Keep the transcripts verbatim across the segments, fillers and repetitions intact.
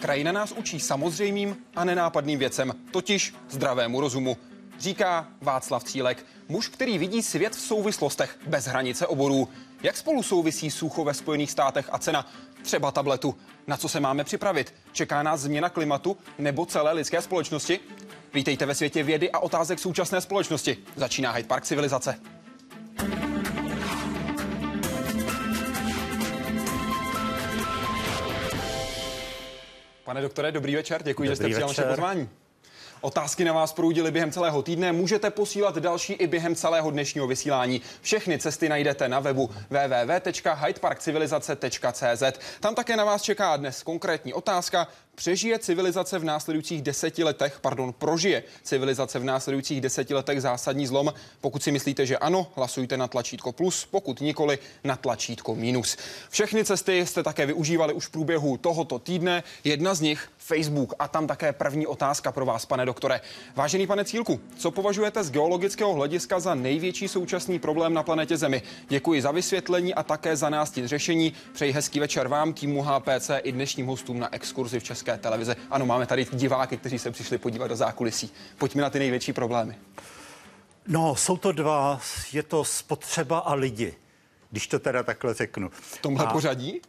Krajina nás učí samozřejmým a nenápadným věcem, totiž zdravému rozumu. Říká Václav Cílek, muž, který vidí svět v souvislostech bez hranice oborů. Jak spolu souvisí sucho ve Spojených státech a cena třeba tabletu? Na co se máme připravit? Čeká nás změna klimatu nebo celé lidské společnosti? Vítejte ve světě vědy a otázek současné společnosti. Začíná Hyde Park civilizace. Pane doktore, dobrý večer, děkuji, dobrý že jste přijal naše pozvání. Otázky na vás proudily během celého týdne, můžete posílat další i během celého dnešního vysílání. Všechny cesty najdete na webu w w w tečka hyde park civilizace tečka c z. Tam také na vás čeká dnes konkrétní otázka. Přežije civilizace v následujících deseti letech, pardon, prožije civilizace v následujících deseti letech zásadní zlom? Pokud si myslíte, že ano, hlasujte na tlačítko plus, pokud nikoli na tlačítko minus. Všechny cesty jste také využívali už v průběhu tohoto týdne. Jedna z nich Facebook a tam také první otázka pro vás, pane doktore. Vážený pane Cílku, co považujete z geologického hlediska za největší současný problém na planetě Zemi? Děkuji za vysvětlení a také za nástin řešení. Přeji hezký večer vám, týmu H P C i dnešním hostům na exkurzi v České televize. Ano, máme tady diváky, kteří se přišli podívat do zákulisí. Pojďme na ty největší problémy. No, jsou to dva, je to spotřeba a lidi, když to teda takhle řeknu. V tomhle a... pořadí?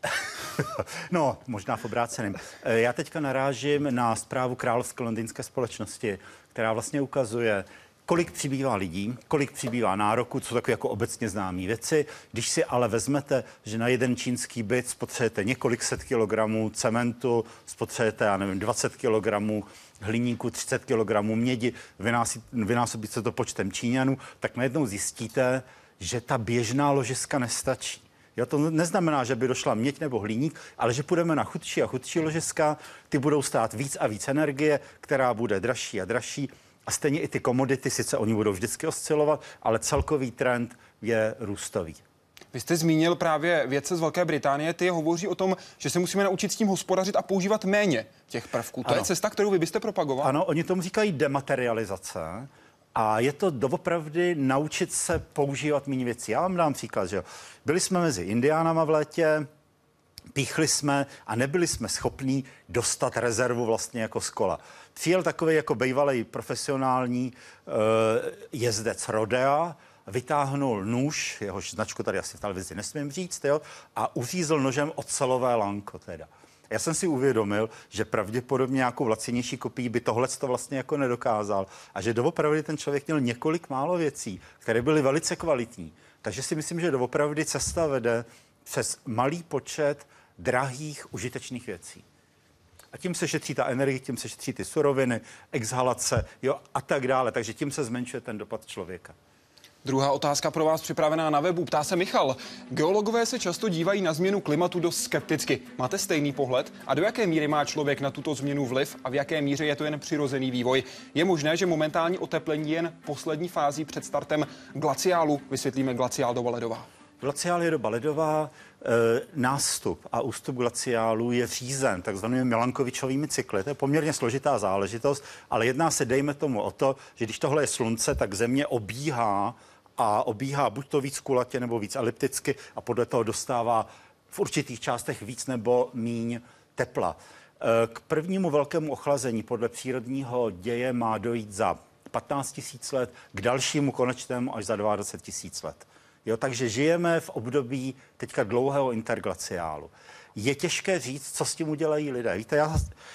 No, možná v obráceném. Já teďka narážím na zprávu Královské londýnské společnosti, která vlastně ukazuje, kolik přibývá lidí, kolik přibývá nároků, co takové jako obecně známé věci. Když si ale vezmete, že na jeden čínský byt spotřebujete několik set kilogramů cementu, spotřebujete, já nevím, dvacet kilogramů hliníku, třicet kilogramů mědi, vynásobíte to počtem Číňanů, tak najednou zjistíte, že ta běžná ložiska nestačí. Jo, to neznamená, že by došla měď nebo hliník, ale že půjdeme na chudší a chudší ložiska, ty budou stát víc a víc energie, která bude dražší a dražší. A stejně i ty komodity, sice oni budou vždycky oscilovat, ale celkový trend je růstový. Vy jste zmínil právě vědce z Velké Británie, ty hovoří o tom, že se musíme naučit s tím hospodařit a používat méně těch prvků. To ano. Je cesta, kterou vy byste propagoval? Ano, oni tomu říkají dematerializace a je to doopravdy naučit se používat méně věcí. Já vám dám příklad, že jo. Byli jsme mezi Indiánama v létě, píchli jsme a nebyli jsme schopní dostat rezervu vlastně jako z kola. Přijel takový jako bývalý profesionální uh, jezdec rodea, vytáhnul nůž, jehož značku tady asi v televizi nesmím říct, jo, a uřízl nožem ocelové lanko teda. Já jsem si uvědomil, že pravděpodobně nějakou lacinější kopii by tohleto vlastně jako nedokázal a že doopravdy ten člověk měl několik málo věcí, které byly velice kvalitní. Takže si myslím, že doopravdy cesta vede přes malý počet drahých, užitečných věcí. A tím se šetří ta energie, tím se šetří ty suroviny, exhalace, jo, a tak dále. Takže tím se zmenšuje ten dopad člověka. Druhá otázka pro vás připravená na webu. Ptá se Michal. Geologové se často dívají na změnu klimatu dost skepticky. Máte stejný pohled? A do jaké míry má člověk na tuto změnu vliv a v jaké míře je to jen přirozený vývoj? Je možné, že momentální oteplení je jen poslední fází před startem glaciálu? Vysvětlíme glaciál doba ledová. Glaciál je doba ledová, e, nástup a ústup glaciálu je řízen takzvanými Milankovičovými cykly. To je poměrně složitá záležitost, ale jedná se, dejme tomu, o to, že když tohle je slunce, tak země obíhá a obíhá buď to víc kulatě nebo víc elipticky a podle toho dostává v určitých částech víc nebo míň tepla. E, k prvnímu velkému ochlazení podle přírodního děje má dojít za patnáct tisíc let, k dalšímu konečnému až za dvacet tisíc let. Jo, takže žijeme v období teďka dlouhého interglaciálu. Je těžké říct, co s tím udělají lidé. Víte, já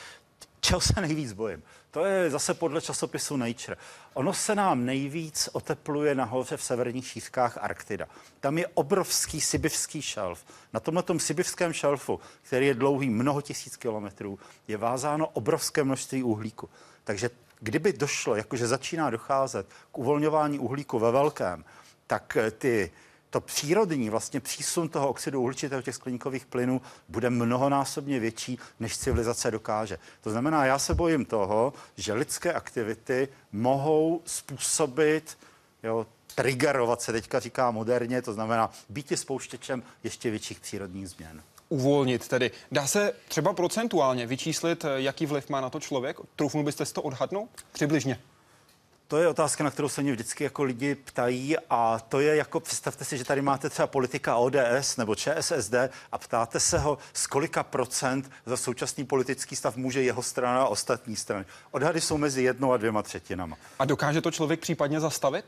čeho se nejvíc bojím? To je zase podle časopisu Nature. Ono se nám nejvíc otepluje nahoře v severních šířkách Arktida. Tam je obrovský sibirský šelf. Na tomhletom sibirském šelfu, který je dlouhý mnoho tisíc kilometrů, je vázáno obrovské množství uhlíku. Takže kdyby došlo, jakože začíná docházet k uvolňování uhlíku ve velkém, tak ty, to přírodní vlastně přísun toho oxidu uhličitého, těch skleníkových plynů bude mnohonásobně větší, než civilizace dokáže. To znamená, já se bojím toho, že lidské aktivity mohou způsobit, jo, triggerovat se teďka říká moderně, to znamená být spouštěčem ještě větších přírodních změn. Uvolnit tedy. Dá se třeba procentuálně vyčíslit, jaký vliv má na to člověk? Troufnul byste si to odhadnout? Přibližně. To je otázka, na kterou se mě vždycky jako lidi ptají a to je jako, představte si, že tady máte třeba politika O D S nebo Č S S D a ptáte se ho, z kolika procent za současný politický stav může jeho strana a ostatní strany. Odhady jsou mezi jednou a dvěma třetinama. A dokáže to člověk případně zastavit?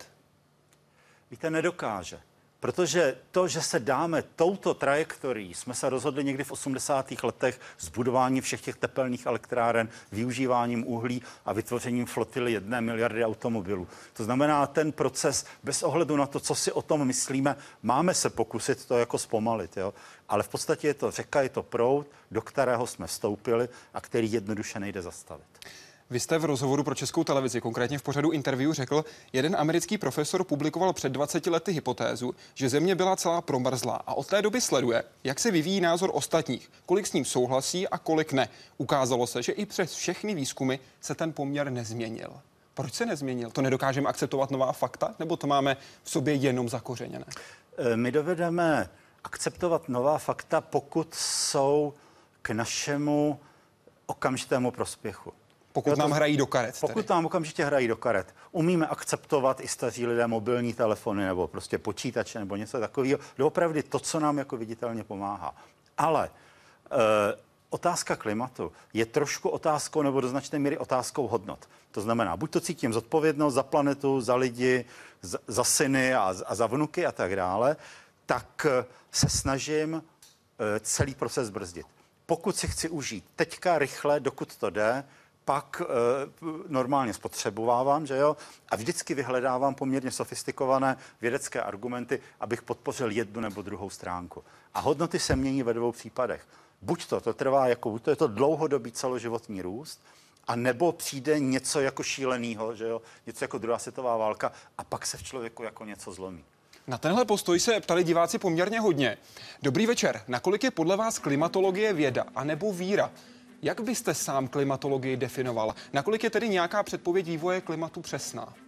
Víte, nedokáže. Protože to, že se dáme touto trajektorií, jsme se rozhodli někdy v osmdesátých letech s budováním všech těch tepelných elektráren, využíváním uhlí a vytvořením flotily jedné miliardy automobilů. To znamená, ten proces, bez ohledu na to, co si o tom myslíme, máme se pokusit to jako zpomalit. Jo? Ale v podstatě je to řeka, je to proud, do kterého jsme vstoupili a který jednoduše nejde zastavit. Vy jste v rozhovoru pro Českou televizi, konkrétně v pořadu Interview, řekl, jeden americký profesor publikoval před dvaceti lety hypotézu, že Země byla celá promrzlá a od té doby sleduje, jak se vyvíjí názor ostatních, kolik s ním souhlasí a kolik ne. Ukázalo se, že i přes všechny výzkumy se ten poměr nezměnil. Proč se nezměnil? To nedokážeme akceptovat nová fakta, nebo to máme v sobě jenom zakořeněné? My dovedeme akceptovat nová fakta, pokud jsou k našemu okamžitému prospěchu. Pokud to, nám hrají do karet. Pokud tedy. nám okamžitě hrají do karet. Umíme akceptovat i staří lidé mobilní telefony nebo prostě počítače nebo něco takového. Doopravdy to, co nám jako viditelně pomáhá. Ale e, otázka klimatu je trošku otázkou nebo do značné míry otázkou hodnot. To znamená, buď to cítím zodpovědnost za planetu, za lidi, za, za syny a, a za vnuky a tak dále, tak se snažím e, celý proces brzdit. Pokud si chci užít teďka rychle, dokud to jde, pak e, normálně spotřebovávám, že jo, a vždycky vyhledávám poměrně sofistikované vědecké argumenty, abych podpořil jednu nebo druhou stránku. A hodnoty se mění ve dvou případech. Buď to, to trvá jako, buď to je to dlouhodobý celoživotní růst, a nebo přijde něco jako šílenýho, že jo, něco jako druhá světová válka a pak se v člověku jako něco zlomí. Na tenhle postoj se ptali diváci poměrně hodně. Dobrý večer. Nakolik je podle vás klimatologie věda anebo víra? Jak byste sám klimatologii definoval? Nakolik je tedy nějaká předpověď vývoje klimatu přesná? Uh,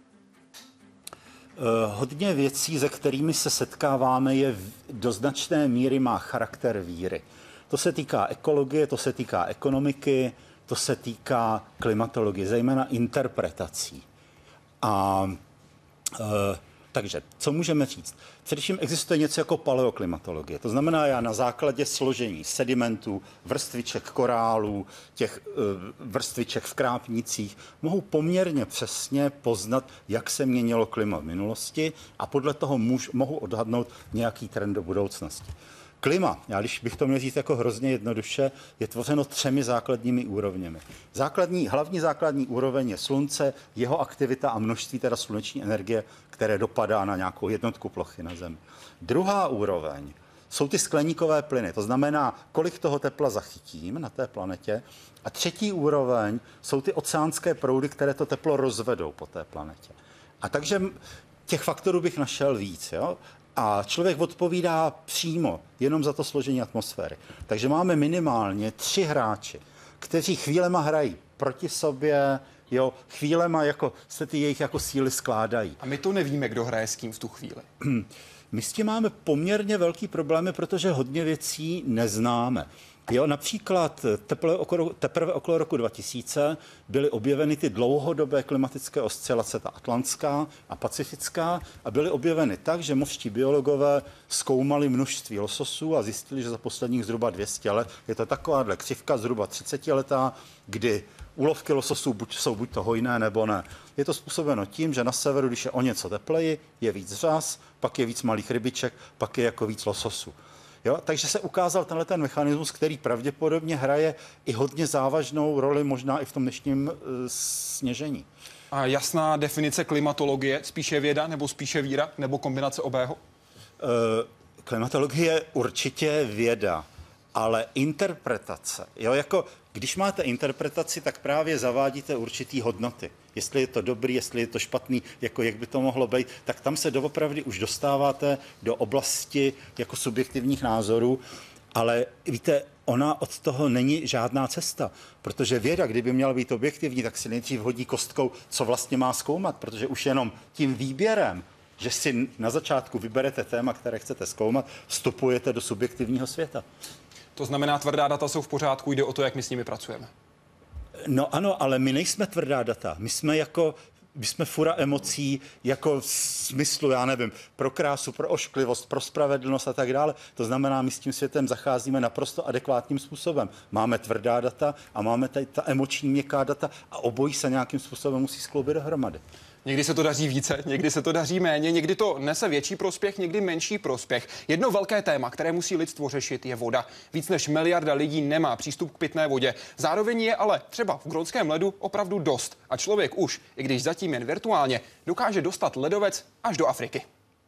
hodně věcí, se kterými se setkáváme, je v, do značné míry má charakter víry. To se týká ekologie, to se týká ekonomiky, to se týká klimatologie, zejména interpretací. A uh, takže, co můžeme říct? Především existuje něco jako paleoklimatologie. To znamená, já na základě složení sedimentů, vrstviček korálů, těch uh, vrstviček v krápnicích mohu poměrně přesně poznat, jak se měnilo klima v minulosti a podle toho můž, mohu odhadnout nějaký trend do budoucnosti. Klima, já když bych to měl říct jako hrozně jednoduše, je tvořeno třemi základními úrovněmi. Základní, hlavní základní úroveň je slunce, jeho aktivita a množství teda sluneční energie, které dopadá na nějakou jednotku plochy na Zemi. Druhá úroveň jsou ty skleníkové plyny, to znamená, kolik toho tepla zachytím na té planetě. A třetí úroveň jsou ty oceánské proudy, které to teplo rozvedou po té planetě. A takže těch faktorů bych našel víc, jo? A člověk odpovídá přímo jenom za to složení atmosféry. Takže máme minimálně tři hráči, kteří chvílema hrají proti sobě, jo, chvílema jako se ty jejich jako síly skládají. A my to nevíme, kdo hraje s kým v tu chvíli. My s tím máme poměrně velký problémy, protože hodně věcí neznáme. Jo, například teprve okolo, teprve okolo roku dva tisíce byly objeveny ty dlouhodobé klimatické oscilace, ta atlantská a pacifická, a byly objeveny tak, že mořští biologové zkoumali množství lososů a zjistili, že za posledních zhruba dvě stě let je to takováhle křivka zhruba třicetiletá, kdy úlovky lososů buď, jsou buď to hojné, nebo ne. Je to způsobeno tím, že na severu, když je o něco tepleji, je víc řas, pak je víc malých rybiček, pak je jako víc lososů. Jo, takže se ukázal tenhle ten mechanismus, který pravděpodobně hraje i hodně závažnou roli, možná i v tom dnešním uh, sněžení. A jasná definice klimatologie, spíše věda nebo spíše víra, nebo kombinace obého? Uh, klimatologie je určitě věda, ale interpretace, jo, jako když máte interpretaci, tak právě zavádíte určitý hodnoty. Jestli je to dobrý, jestli je to špatný, jako jak by to mohlo být, tak tam se doopravdy už dostáváte do oblasti jako subjektivních názorů, ale víte, ona od toho není žádná cesta, protože věda, kdyby měla být objektivní, tak si nejdřív hodí kostkou, co vlastně má zkoumat, protože už jenom tím výběrem, že si na začátku vyberete téma, které chcete zkoumat, vstupujete do subjektivního světa. To znamená, tvrdá data jsou v pořádku, jde o to, jak my s nimi pracujeme. No ano, ale my nejsme tvrdá data. My jsme jako my jsme fura emocí jako v smyslu, já nevím, pro krásu, pro ošklivost, pro spravedlnost a tak dále. To znamená, my s tím světem zacházíme naprosto adekvátním způsobem. Máme tvrdá data a máme tady ta emoční měkká data a obojí se nějakým způsobem musí skloubit dohromady. Někdy se to daří více, někdy se to daří méně, někdy to nese větší prospěch, někdy menší prospěch. Jedno velké téma, které musí lidstvo řešit, je voda. Víc než miliarda lidí nemá přístup k pitné vodě. Zároveň je ale třeba v grónském ledu opravdu dost. A člověk už, i když zatím jen virtuálně, dokáže dostat ledovec až do Afriky.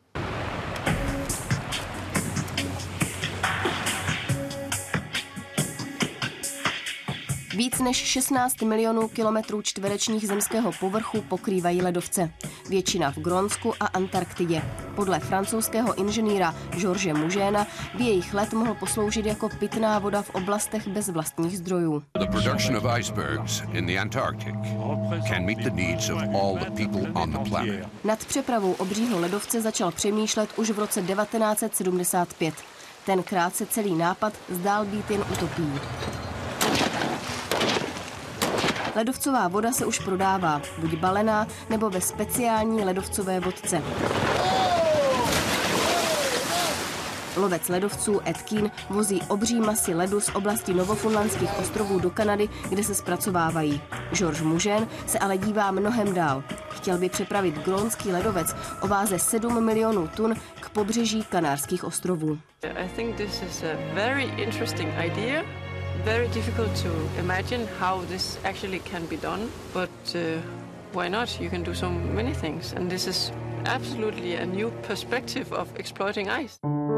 Víc než šestnáct milionů kilometrů čtverečních zemského povrchu pokrývají ledovce. Většina v Grónsku a Antarktidě. Podle francouzského inženýra George Mugena by jejich led mohl posloužit jako pitná voda v oblastech bez vlastních zdrojů. The production of icebergs in the Antarctic can meet the needs of all the people on the planet. Nad přepravou obřího ledovce začal přemýšlet už v roce devatenáct set sedmdesát pět. Tenkrát se celý nápad zdál být jen utopií. Ledovcová voda se už prodává, buď balená, nebo ve speciální ledovcové vodce. Lovec ledovců Ed Keane vozí obří masy ledu z oblasti Novofundlandských ostrovů do Kanady, kde se zpracovávají. George Mugen se ale dívá mnohem dál. Chtěl by přepravit grónský ledovec o váze sedm milionů tun k pobřeží Kanárských ostrovů. I think this is a very interesting idea. Very difficult to imagine how this actually can be done, but uh, why not? You can do so many things, and this is absolutely a new perspective of exploiting ice.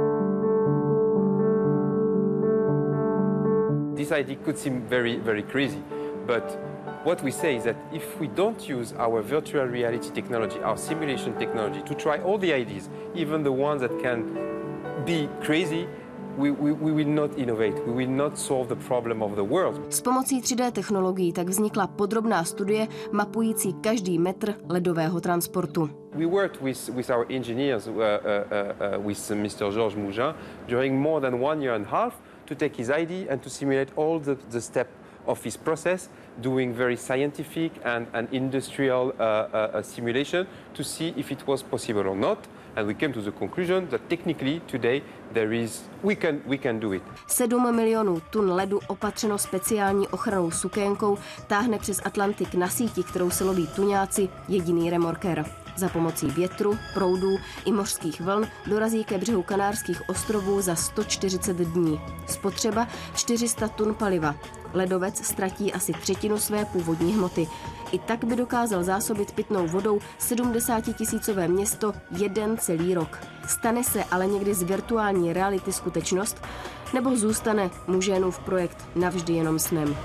This idea could seem very, very crazy, but what we say is that if we don't use our virtual reality technology, our simulation technology, to try all the ideas, even the ones that can be crazy, We, we, we will not innovate. We will not solve the problem of the world. S pomocí tři dé technologií tak vznikla podrobná studie mapující každý metr ledového transportu. We worked with, with our engineers, uh, uh, uh, with mister George Mugin, during more than one year and a half to take his idea and to simulate all the, the steps of his process, doing very scientific and, and industrial uh, uh, simulation to see if it was possible or not. And we came to the conclusion that technically today there is we can we can do it. Sedm milionů tun ledu opatřeno speciální ochrannou sukénkou táhne přes Atlantik na síti, kterou se loví tuňáci, jediný remorkér. Za pomocí větru, proudů i mořských vln dorazí ke břehu Kanárských ostrovů za sto čtyřicet dní. Spotřeba čtyři sta tun paliva. Ledovec ztratí asi třetinu své původní hmoty. I tak by dokázal zásobit pitnou vodou sedmdesátitisícové město jeden celý rok. Stane se ale někdy z virtuální reality skutečnost, nebo zůstane Mugenův projekt navždy jenom snem?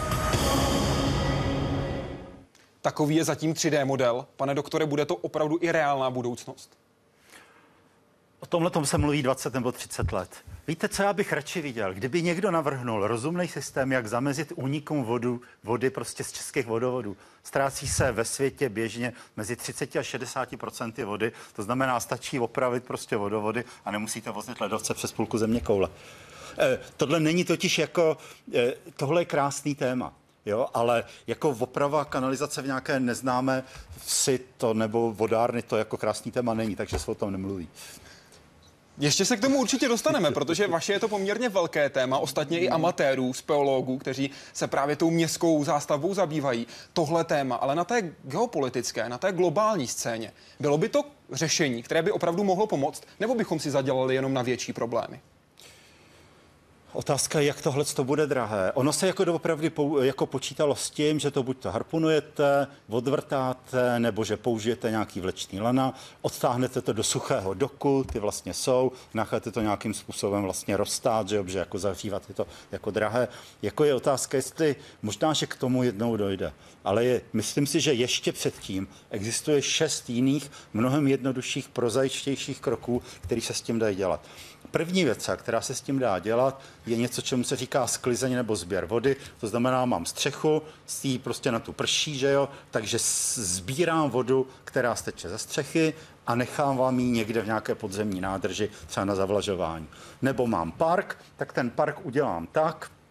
Takový je zatím tři dé model. Pane doktore, bude to opravdu i reálná budoucnost? O tomhle tom se mluví dvacet nebo třicet let. Víte, co já bych radši viděl? Kdyby někdo navrhnul rozumný systém, jak zamezit únikům vodu, vody prostě z českých vodovodů. Ztrácí se ve světě běžně mezi třicet až šedesát procent vody, to znamená, stačí opravit prostě vodovody a nemusíte vozit ledovce přes půlku země koule. E, tohle není totiž jako, e, tohle je krásný téma. Jo, ale jako oprava kanalizace v nějaké neznámé vsi to nebo vodárny to jako krásný téma není, takže se o tom nemluví. Ještě se k tomu určitě dostaneme, protože vaše je to poměrně velké téma, ostatně i amatérů, speologů, kteří se právě tou městskou zástavbou zabývají. Tohle téma, ale na té geopolitické, na té globální scéně, bylo by to řešení, které by opravdu mohlo pomoct, nebo bychom si zadělali jenom na větší problémy? Otázka je, jak tohle to bude drahé. Ono se jako doopravdy pou, jako počítalo s tím, že to buď to harpunujete, odvrtáte, nebo že použijete nějaký vlečný lana, odtáhnete to do suchého doku, ty vlastně jsou, necháte to nějakým způsobem vlastně roztát, že, že jako zahřívat je to jako drahé. Jako je otázka, jestli možná, že k tomu jednou dojde. Ale je, myslím si, že ještě předtím existuje šest jiných, mnohem jednodušších, prozaičtějších kroků, které se s tím dají dělat. První věc, která se s tím dá dělat, je něco, čemu se říká sklizeň nebo sběr vody. To znamená, mám střechu, si prostě na tu prší, že jo, takže sbírám vodu, která steče ze střechy a nechám vám ji někde v nějaké podzemní nádrži, třeba na zavlažování. Nebo mám park, tak ten park udělám tak,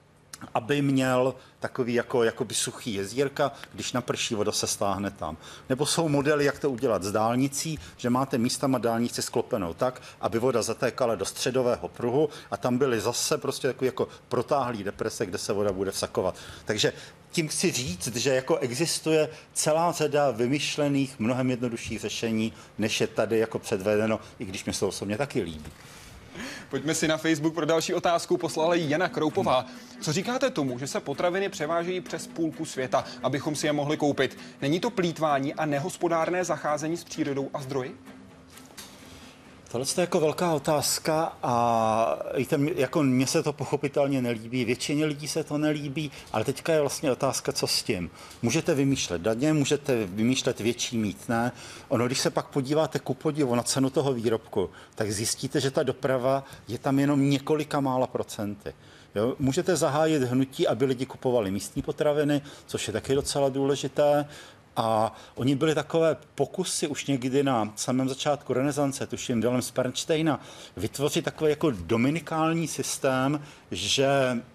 aby měl takový jako, jakoby suchý jezírka, když naprší, voda se stáhne tam. Nebo jsou modely, jak to udělat s dálnicí, že máte místama dálnici sklopenou tak, aby voda zatékala do středového pruhu a tam byly zase prostě takový jako protáhlý deprese, kde se voda bude vsakovat. Takže tím chci říct, že jako existuje celá řada vymyšlených, mnohem jednodušších řešení, než je tady jako předvedeno, i když mě se to osobně taky líbí. Pojďme si na Facebook pro další otázku, poslala ji Jana Kroupová. Co říkáte tomu, že se potraviny převážejí přes půlku světa, abychom si je mohli koupit? Není to plýtvání a nehospodárné zacházení s přírodou a zdroji? Tohle je jako velká otázka a víte, jako mně se to pochopitelně nelíbí, většině lidí se to nelíbí, ale teďka je vlastně otázka, co s tím. Můžete vymýšlet daně, můžete vymýšlet větší mýtné. Ono, když se pak podíváte ku podivu na cenu toho výrobku, tak zjistíte, že ta doprava je tam jenom několika mála procenty. Jo? Můžete zahájit hnutí, aby lidi kupovali místní potraviny, což je taky docela důležité. A oni byli takové pokusy už někdy na samém začátku renesance, tuším Vilém z Bernsteina, vytvořit takový jako dominikální systém, že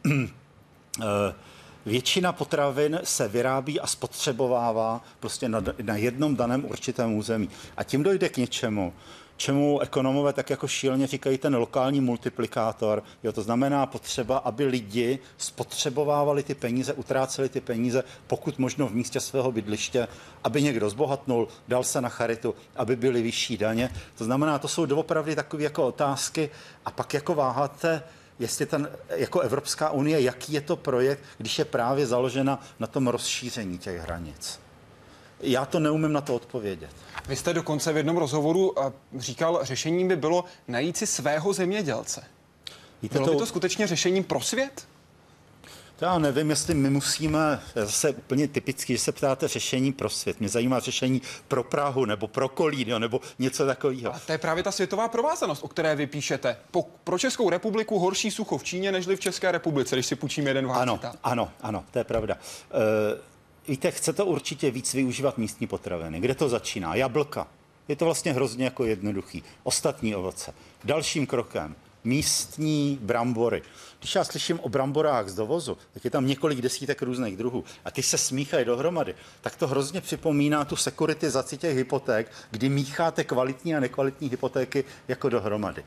většina potravin se vyrábí a spotřebovává prostě na, na jednom daném určitém území. A tím dojde k něčemu, čemu ekonomové tak jako šíleně říkají ten lokální multiplikátor. Jo, to znamená potřeba, aby lidi spotřebovávali ty peníze, utráceli ty peníze, pokud možno v místě svého bydliště, aby někdo zbohatnul, dal se na charitu, aby byly vyšší daně. To znamená, to jsou doopravdy takové jako otázky a pak jako váháte, jestli ten jako Evropská unie, jaký je to projekt, když je právě založena na tom rozšíření těch hranic. Já to neumím na to odpovědět. Vy jste dokonce v jednom rozhovoru říkal, řešením by bylo najít si svého zemědělce. Víte, bylo to... by to skutečně řešením pro svět? To já nevím, jestli my musíme, zase úplně typicky, že se ptáte řešení pro svět. Mě zajímá řešení pro Prahu nebo pro Kolín, nebo něco takového. A to je právě ta světová provázanost, o které vy píšete. Po, pro Českou republiku horší sucho v Číně, nežli v České republice, když si půjčíme jeden váš Ano, citát. ano, ano, to je pravda. E- Víte, chce to určitě víc využívat místní potraviny. Kde to začíná? Jablka. Je to vlastně hrozně jako jednoduchý. Ostatní ovoce. Dalším krokem místní brambory. Když já slyším o bramborách z dovozu, tak je tam několik desítek různých druhů a ty se smíchají dohromady, tak to hrozně připomíná tu sekuritizaci těch hypoték, kdy mícháte kvalitní a nekvalitní hypotéky jako dohromady.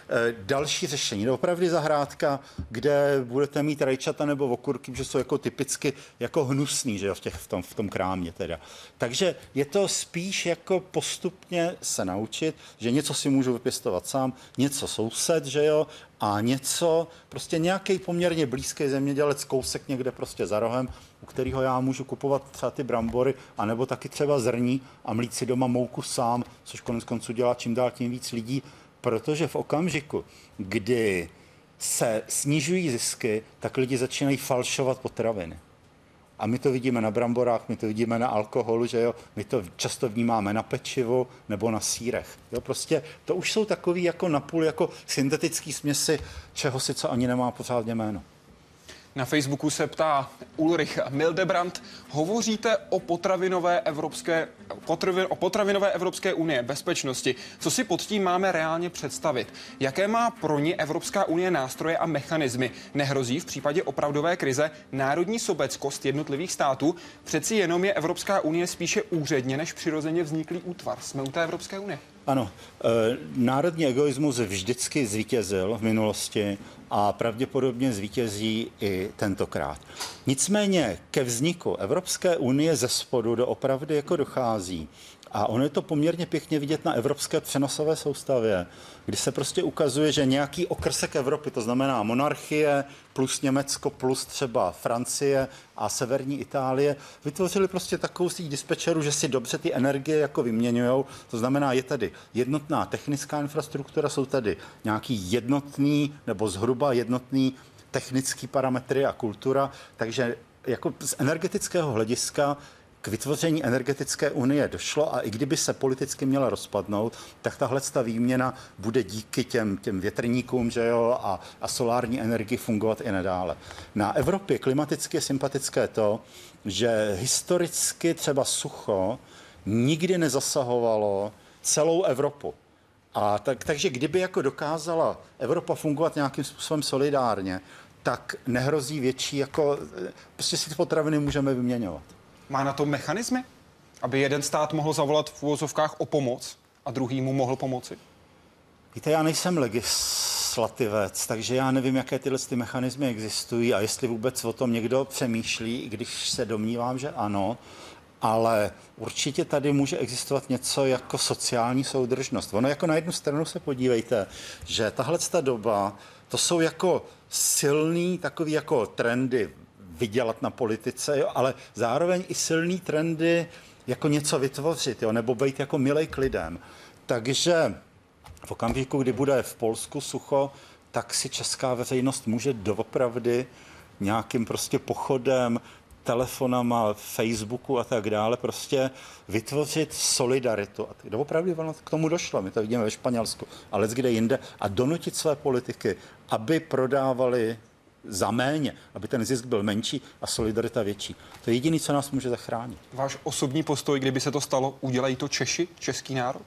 Další řešení, opravdu zahrádka, kde budete mít rajčata nebo okurky, že jsou jako typicky jako hnusný, že jo, v, těch, v, tom, v tom krámě teda. Takže je to spíš jako postupně se naučit, že něco si můžu vypěstovat sám, něco soused, že jo, a něco, prostě nějaký poměrně blízký zemědělec, kousek někde prostě za rohem, u kterého já můžu kupovat třeba ty brambory, anebo taky třeba zrní a mlít si doma mouku sám, což konec konců dělá čím dál tím víc lidí. Protože v okamžiku, kdy se snižují zisky, tak lidi začínají falšovat potraviny. A my to vidíme na bramborách, my to vidíme na alkoholu, že jo, my to často vnímáme na pečivu nebo na sýrech. Jo, prostě to už jsou takový jako napůl jako syntetický směsi, čeho si co ani nemá pořádně jméno. Na Facebooku se ptá Ulrich Mildebrand. Hovoříte o potravinové evropské, potravin, o potravinové Evropské unie bezpečnosti. Co si pod tím máme reálně představit? Jaké má pro ně Evropská unie nástroje a mechanismy? Nehrozí v případě opravdové krize národní sobeckost jednotlivých států? Přeci jenom je Evropská unie spíše úředně než přirozeně vzniklý útvar. Jsme u té Evropské unie. Ano, e, národní egoismus vždycky zvítězil v minulosti a pravděpodobně zvítězí i tentokrát. Nicméně ke vzniku Evropské unie ze spodu doopravdy jako dochází. A ono je to poměrně pěkně vidět na evropské přenosové soustavě, kdy se prostě ukazuje, že nějaký okrsek Evropy, to znamená monarchie plus Německo plus třeba Francie a severní Itálie, vytvořili prostě takovou síť dispečerů, že si dobře ty energie jako vyměňujou. To znamená, je tady jednotná technická infrastruktura, jsou tady nějaký jednotný nebo zhruba jednotný technický parametry a kultura, takže jako z energetického hlediska k vytvoření energetické unie došlo a i kdyby se politicky měla rozpadnout, tak tahle ta výměna bude díky těm, těm větrníkům, že jo, a, a solární energii fungovat i nadále. Na Evropě klimaticky je sympatické to, že historicky třeba sucho nikdy nezasahovalo celou Evropu. A tak, takže kdyby jako dokázala Evropa fungovat nějakým způsobem solidárně, tak nehrozí větší, jako prostě si ty potraviny můžeme vyměňovat. Má na to mechanismy, aby jeden stát mohl zavolat v uvozovkách o pomoc a druhý mu mohl pomoci? Víte, já nejsem legislativec, takže já nevím, jaké tyhle ty mechanismy existují a jestli vůbec o tom někdo přemýšlí, i když se domnívám, že ano, ale určitě tady může existovat něco jako sociální soudržnost. Ono jako na jednu stranu se podívejte, že tahle doba, to jsou jako silný takový jako trendy vydělat na politice, jo, ale zároveň i silný trendy jako něco vytvořit, jo, nebo být jako milej k lidem. Takže v okamžiku, kdy bude v Polsku sucho, tak si česká veřejnost může doopravdy nějakým prostě pochodem, telefonama, Facebooku a tak dále prostě vytvořit solidaritu. A doopravdy k tomu došlo, my to vidíme ve Španělsku, ale kde jinde a donutit své politiky, aby prodávali za méně, aby ten zisk byl menší a solidarita větší. To je jediné, co nás může zachránit. Váš osobní postoj, kdyby se to stalo, udělají to Češi, český národ?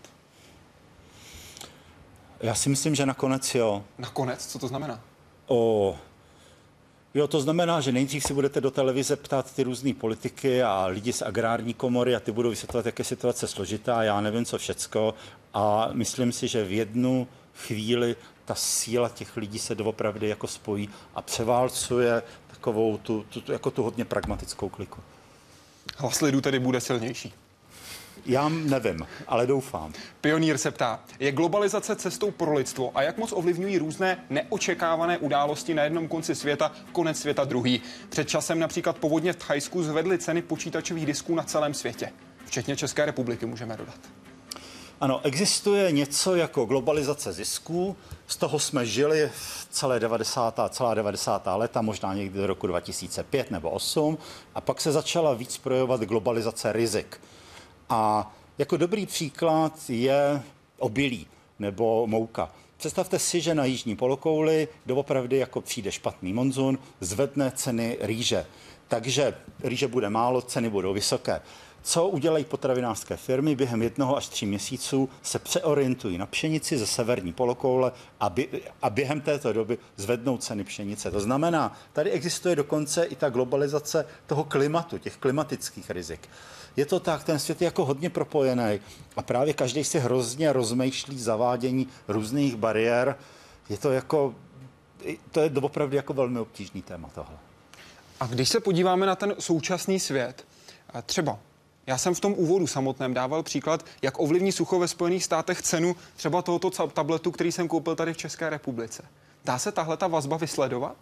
Já si myslím, že nakonec jo. Nakonec? Co to znamená? O, jo, to znamená, že nejdřív si budete do televize ptát ty různý politiky a lidi z agrární komory a ty budou vysvětlovat, jak je situace složitá, já nevím, co všecko. A myslím si, že v jednu chvíli ta síla těch lidí se doopravdy jako spojí a převálcuje takovou tu, tu, jako tu hodně pragmatickou kliku. Hlas lidu tedy bude silnější. Já nevím, ale doufám. Pionýr se ptá, je globalizace cestou pro lidstvo a jak moc ovlivňují různé neočekávané události na jednom konci světa, konec světa druhý? Před časem například povodně v Thajsku zvedly ceny počítačových disků na celém světě. Včetně České republiky, můžeme dodat. Ano, existuje něco jako globalizace zisků, z toho jsme žili v celé devadesátá, celá devadesátá léta, možná někdy do roku dva tisíce pět nebo osm, a pak se začala víc projevovat globalizace rizik. A jako dobrý příklad je obilí nebo mouka. Představte si, že na jižní polokouli doopravdy jako přijde špatný monzun, zvedne ceny rýže. Takže rýže bude málo, ceny budou vysoké. Co udělají potravinářské firmy? Během jednoho až tří měsíců se přeorientují na pšenici ze severní polokoule a, by, a během této doby zvednou ceny pšenice. To znamená, tady existuje dokonce i ta globalizace toho klimatu, těch klimatických rizik. Je to tak, ten svět je jako hodně propojený a právě každý si hrozně rozmýšlí zavádění různých bariér. Je to jako, to je opravdu jako velmi obtížný téma tohle. A když se podíváme na ten současný svět, třeba já jsem v tom úvodu samotném dával příklad, jak ovlivní sucho ve Spojených státech cenu třeba tohoto tabletu, který jsem koupil tady v České republice. Dá se tahle ta vazba vysledovat?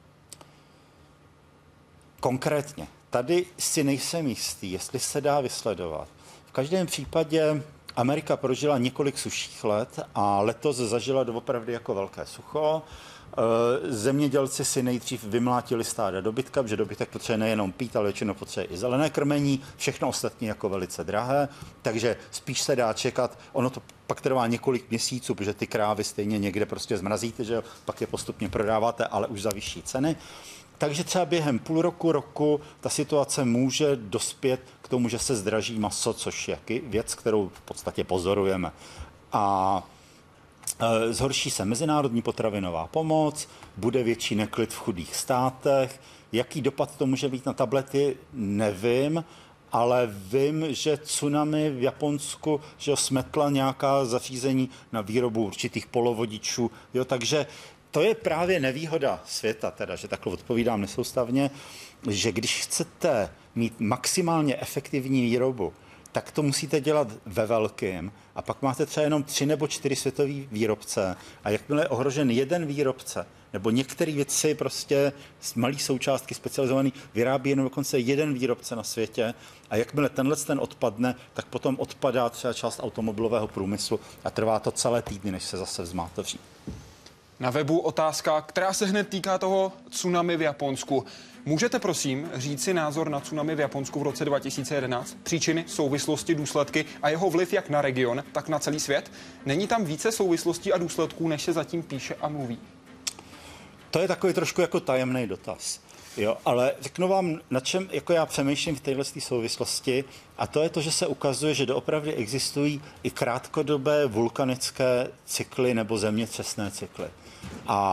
Konkrétně. Tady si nejsem jistý, jestli se dá vysledovat. V každém případě Amerika prožila několik suších let a letos zažila doopravdy jako velké sucho. Zemědělci si nejdřív vymlátili stáda dobytka, protože dobytek potřebuje nejenom pít, ale většinou potřebuje i zelené krmení, všechno ostatní jako velice drahé, takže spíš se dá čekat, ono to pak trvá několik měsíců, protože ty krávy stejně někde prostě zmrazíte, že jo, pak je postupně prodáváte, ale už za vyšší ceny. Takže třeba během půl roku, roku ta situace může dospět k tomu, že se zdraží maso, což je věc, kterou v podstatě pozorujeme. A e, zhorší se mezinárodní potravinová pomoc, bude větší neklid v chudých státech. Jaký dopad to může být na tablety, nevím, ale vím, že tsunami v Japonsku, že ho smetla nějaká zařízení na výrobu určitých polovodičů, jo, takže to je právě nevýhoda světa, teda, že takhle odpovídám nesoustavně, že když chcete mít maximálně efektivní výrobu, tak to musíte dělat ve velkém a pak máte třeba jenom tři nebo čtyři světový výrobce a jakmile je ohrožen jeden výrobce nebo některé věci prostě z malých součástky specializovaný vyrábí jenom dokonce jeden výrobce na světě a jakmile tenhle ten odpadne, tak potom odpadá třeba část automobilového průmyslu a trvá to celé týdny, než se zase vzmátoří. Na webu otázka, která se hned týká toho tsunami v Japonsku. Můžete prosím říct si názor na tsunami v Japonsku v roce dva tisíce jedenáct? Příčiny, souvislosti, důsledky a jeho vliv jak na region, tak na celý svět? Není tam více souvislostí a důsledků, než se zatím píše a mluví? To je takový trošku jako tajemný dotaz. Jo, ale řeknu vám, na čem jako já přemýšlím v této souvislosti, a to je to, že se ukazuje, že doopravdy existují i krátkodobé vulkanické cykly nebo zemětřesné cykly. A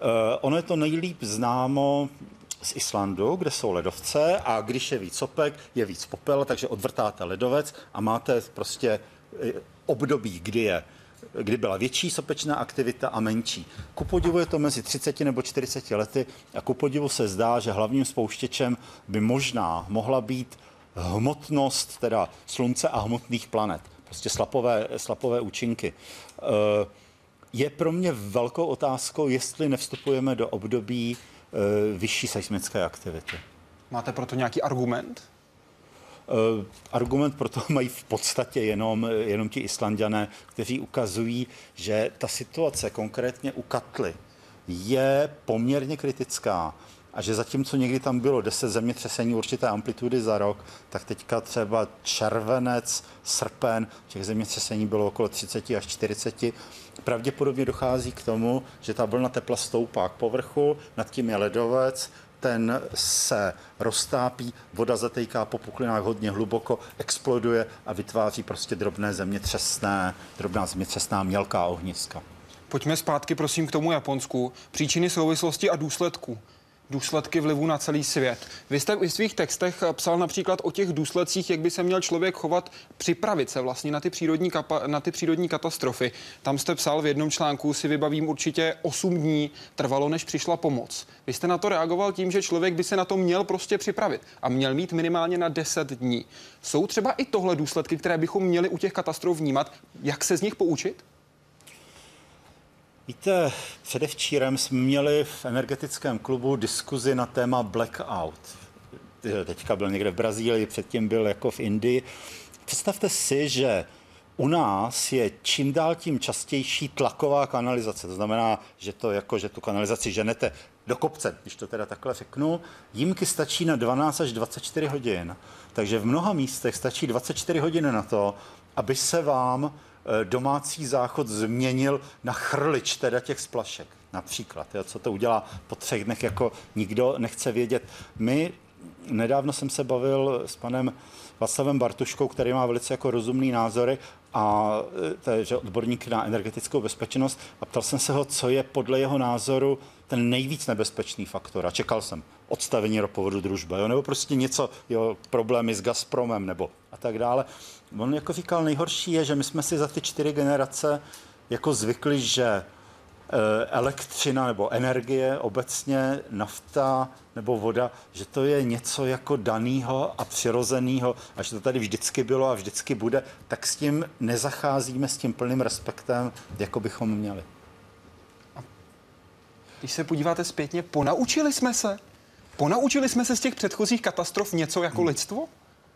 ono je to nejlíp známo z Islandu, kde jsou ledovce a když je víc sopek, je víc popel, takže odvrtáte ledovec a máte prostě období, kdy je kdy byla větší sopečná aktivita a menší. Ku podivu je to mezi třiceti nebo čtyřiceti lety a ku podivu se zdá, že hlavním spouštěčem by možná mohla být hmotnost, teda slunce a hmotných planet. Prostě slapové, slapové účinky. Je pro mě velkou otázkou, jestli nevstupujeme do období vyšší seismické aktivity. Máte proto nějaký argument? Uh, argument pro to mají v podstatě jenom, jenom ti Islanďané, kteří ukazují, že ta situace konkrétně u Katly je poměrně kritická a že zatímco někdy tam bylo deset zemětřesení určité amplitudy za rok, tak teďka třeba červenec, srpen, těch zemětřesení bylo okolo třicet až čtyřicet. Pravděpodobně dochází k tomu, že ta vlna tepla stoupá k povrchu, nad tím je ledovec, ten se roztápí, voda zatejká po puklinách hodně hluboko, exploduje a vytváří prostě drobné zemětřesné, drobná zemětřesná mělká ohniska. Pojďme zpátky prosím k tomu Japonsku. Příčiny, souvislosti a důsledků. Důsledky vlivu na celý svět. Vy jste v svých textech psal například o těch důsledcích, jak by se měl člověk chovat, připravit se vlastně na ty přírodní, kapa, na ty přírodní katastrofy. Tam jste psal v jednom článku, si vybavím, určitě osm dní trvalo, než přišla pomoc. Vy jste na to reagoval tím, že člověk by se na to měl prostě připravit a měl mít minimálně na deset dní. Jsou třeba i tohle důsledky, které bychom měli u těch katastrof vnímat, jak se z nich poučit? Víte, předevčírem jsme měli v energetickém klubu diskuzi na téma blackout. Teďka byl někde v Brazílii, předtím byl jako v Indii. Představte si, že u nás je čím dál tím častější tlaková kanalizace. To znamená, že to jako, že tu kanalizaci ženete do kopce, když to teda takhle řeknu. Jímky stačí na dvanáct až dvacet čtyři hodin. Takže v mnoha místech stačí dvacet čtyři hodin na to, aby se vám domácí záchod změnil na chrlič teda těch splašek. Například, jo, co to udělá po třech dnech, jako nikdo nechce vědět. My, nedávno jsem se bavil s panem Václavem Bartuškou, který má velice jako rozumný názory a to je že odborník na energetickou bezpečnost a ptal jsem se ho, co je podle jeho názoru ten nejvíc nebezpečný faktor. A čekal jsem odstavení ropovodu Družba, jo, nebo prostě něco, jo, problémy s Gazpromem, nebo a tak dále. On jako říkal, nejhorší je, že my jsme si za ty čtyři generace jako zvykli, že elektřina nebo energie obecně, nafta nebo voda, že to je něco jako danýho a přirozenýho a že to tady vždycky bylo a vždycky bude, tak s tím nezacházíme s tím plným respektem, jako bychom měli. Když se podíváte zpětně, ponaučili jsme se? Ponaučili jsme se z těch předchozích katastrof něco jako hmm. lidstvo? Uh,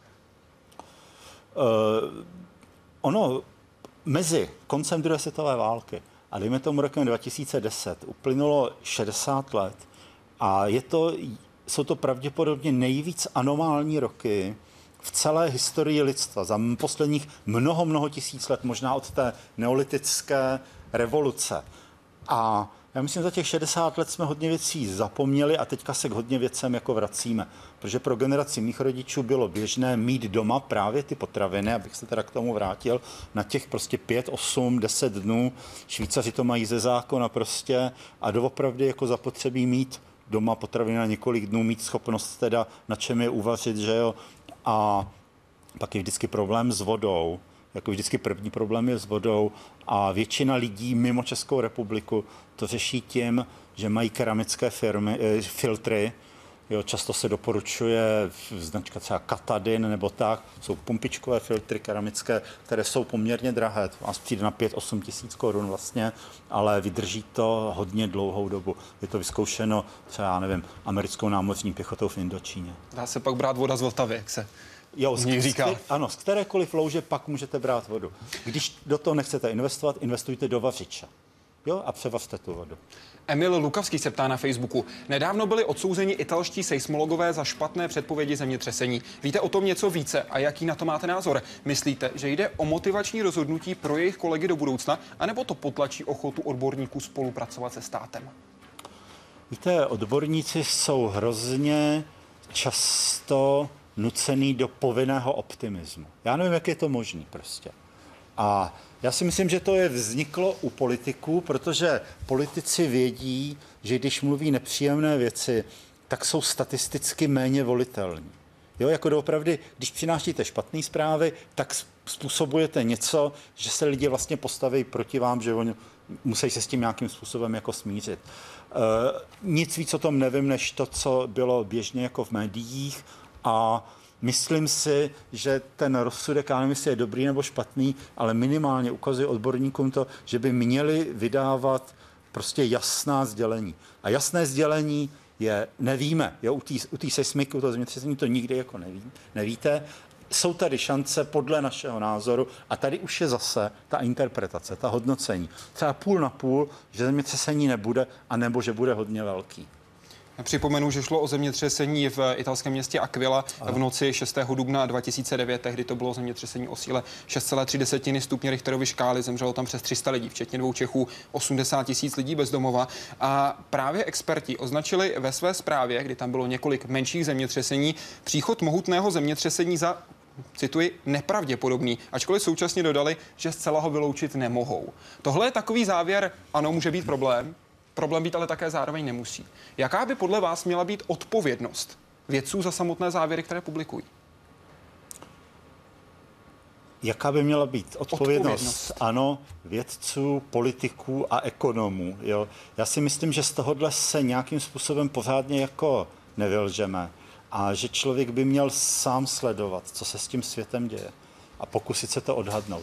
ono mezi koncem druhé světové války a dejme tomu rokem dva tisíce deset uplynulo šedesát let a je to, jsou to pravděpodobně nejvíc anomální roky v celé historii lidstva. Za posledních mnoho, mnoho tisíc let, možná od té neolitické revoluce. A já myslím, že za těch šedesát let jsme hodně věcí zapomněli a teďka se k hodně věcem jako vracíme. Protože pro generaci mých rodičů bylo běžné mít doma právě ty potraviny, abych se teda k tomu vrátil, na těch prostě pět, osm, deset dnů. Švýcaři to mají ze zákona prostě a doopravdy jako zapotřebí mít doma potraviny na několik dnů, mít schopnost teda na čem je uvařit, že jo. A pak je vždycky problém s vodou. Jako vždycky první problém je s vodou a většina lidí mimo Českou republiku to řeší tím, že mají keramické firmy, eh, filtry. Jo, často se doporučuje značka třeba Katadyn nebo tak. Jsou pumpičkové filtry keramické, které jsou poměrně drahé. To vás přijde na pět osm tisíc korun vlastně, ale vydrží to hodně dlouhou dobu. Je to vyzkoušeno třeba, já nevím, americkou námořní pěchotou v Indočíně. Dá se pak brát voda z Vltavy, jak se Jo, z, říká. Z, ano, z kterékoliv louže pak můžete brát vodu. Když do toho nechcete investovat, investujte do vařiče. Jo, a převařte tu vodu. Emil Lukavský se ptá na Facebooku. Nedávno byli odsouzeni italští seismologové za špatné předpovědi zemětřesení. Víte o tom něco více a jaký na to máte názor? Myslíte, že jde o motivační rozhodnutí pro jejich kolegy do budoucna, anebo to potlačí ochotu odborníků spolupracovat se státem? Víte, odborníci jsou hrozně často nucený do povinného optimismu. Já nevím, jak je to možné prostě. A já si myslím, že to je vzniklo u politiků, protože politici vědí, že když mluví nepříjemné věci, tak jsou statisticky méně volitelní. Jo, jako doopravdy, když přinášíte špatné zprávy, tak způsobujete něco, že se lidi vlastně postaví proti vám, že oni musí se s tím nějakým způsobem jako smířit. E, nic víc o tom nevím, než to, co bylo běžně jako v médiích, a myslím si, že ten rozsudek, já nevím, jestli je dobrý nebo špatný, ale minimálně ukazuje odborníkům to, že by měli vydávat prostě jasná sdělení. A jasné sdělení je, nevíme, jo, u té seismiky, u toho zemětřesení to nikdy jako neví, nevíte. Jsou tady šance podle našeho názoru a tady už je zase ta interpretace, ta hodnocení. Třeba půl na půl, že zemětřesení nebude, anebo že bude hodně velký. Připomenu, že šlo o zemětřesení v italském městě Aquila v noci šestého dubna dva tisíce devět. Tehdy to bylo zemětřesení o síle šest celá tři stupně Richterovy škály. Zemřelo tam přes tři sta lidí, včetně dvou Čechů, osmdesát tisíc lidí bez domova. A právě experti označili ve své zprávě, kdy tam bylo několik menších zemětřesení, příchod mohutného zemětřesení za, cituji, nepravděpodobný, ačkoliv současně dodali, že zcela ho vyloučit nemohou. Tohle je takový závěr, ano, může být problém. Problém být ale také zároveň nemusí. Jaká by podle vás měla být odpovědnost vědců za samotné závěry, které publikují? Jaká by měla být odpovědnost? odpovědnost. Ano, vědců, politiků a ekonomů. Jo. Já si myslím, že z tohohle se nějakým způsobem pořádně jako nevylžeme a že člověk by měl sám sledovat, co se s tím světem děje a pokusit se to odhadnout.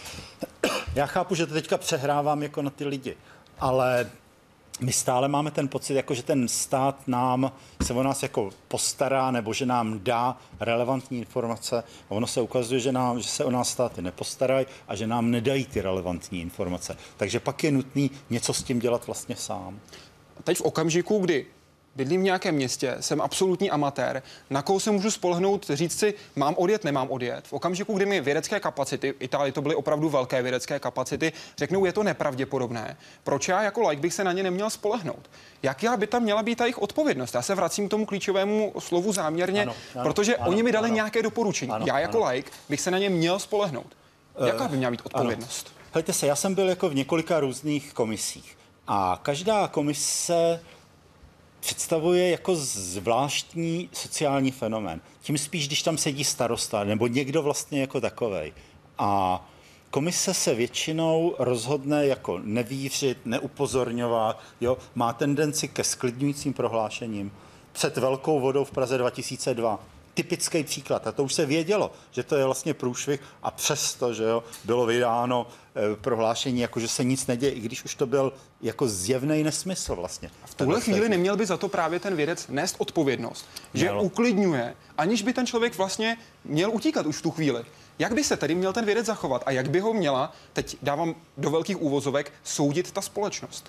Já chápu, že to teďka přehrávám jako na ty lidi, ale my stále máme ten pocit, jako že ten stát nám se o nás jako postará nebo že nám dá relevantní informace a ono se ukazuje, že, nám, že se o nás státy nepostarají a že nám nedají ty relevantní informace. Takže pak je nutný něco s tím dělat vlastně sám. Teď v okamžiku, kdy bydlím v nějakém městě, jsem absolutní amatér, na koho se můžu spolehnout, říct si, mám odjet, nemám odjet. V okamžiku, kdy mi vědecké kapacity, v Itálii to byly opravdu velké vědecké kapacity, řeknou, je to nepravděpodobné. Proč já jako laik bych se na ně neměl spolehnout? Jaká by tam měla být ta jejich odpovědnost? Já se vracím k tomu klíčovému slovu záměrně, ano, ano, protože ano, oni mi dali ano, nějaké doporučení. Ano, já jako ano. laik bych se na ně měl spolehnout. Jaká by měla být odpovědnost? Ano. Hejte se, já jsem byl jako v několika různých komisích a každá komise představuje jako zvláštní sociální fenomén. Tím spíš, když tam sedí starosta nebo někdo vlastně jako takovej. A komise se většinou rozhodne jako nevířit, neupozorňovat, jo, má tendenci ke sklidňujícím prohlášením. Před velkou vodou v Praze dva tisíce dva. Typický příklad. A to už se vědělo, že to je vlastně průšvih a přesto, že jo, bylo vydáno e, prohlášení, jako že se nic neděje, i když už to byl jako zjevný nesmysl vlastně. V tuhle chvíli neměl by za to právě ten vědec nést odpovědnost, že měl. uklidňuje, aniž by ten člověk vlastně měl utíkat už v tu chvíli. Jak by se tedy měl ten vědec zachovat a jak by ho měla, teď dávám do velkých úvozovek, soudit ta společnost?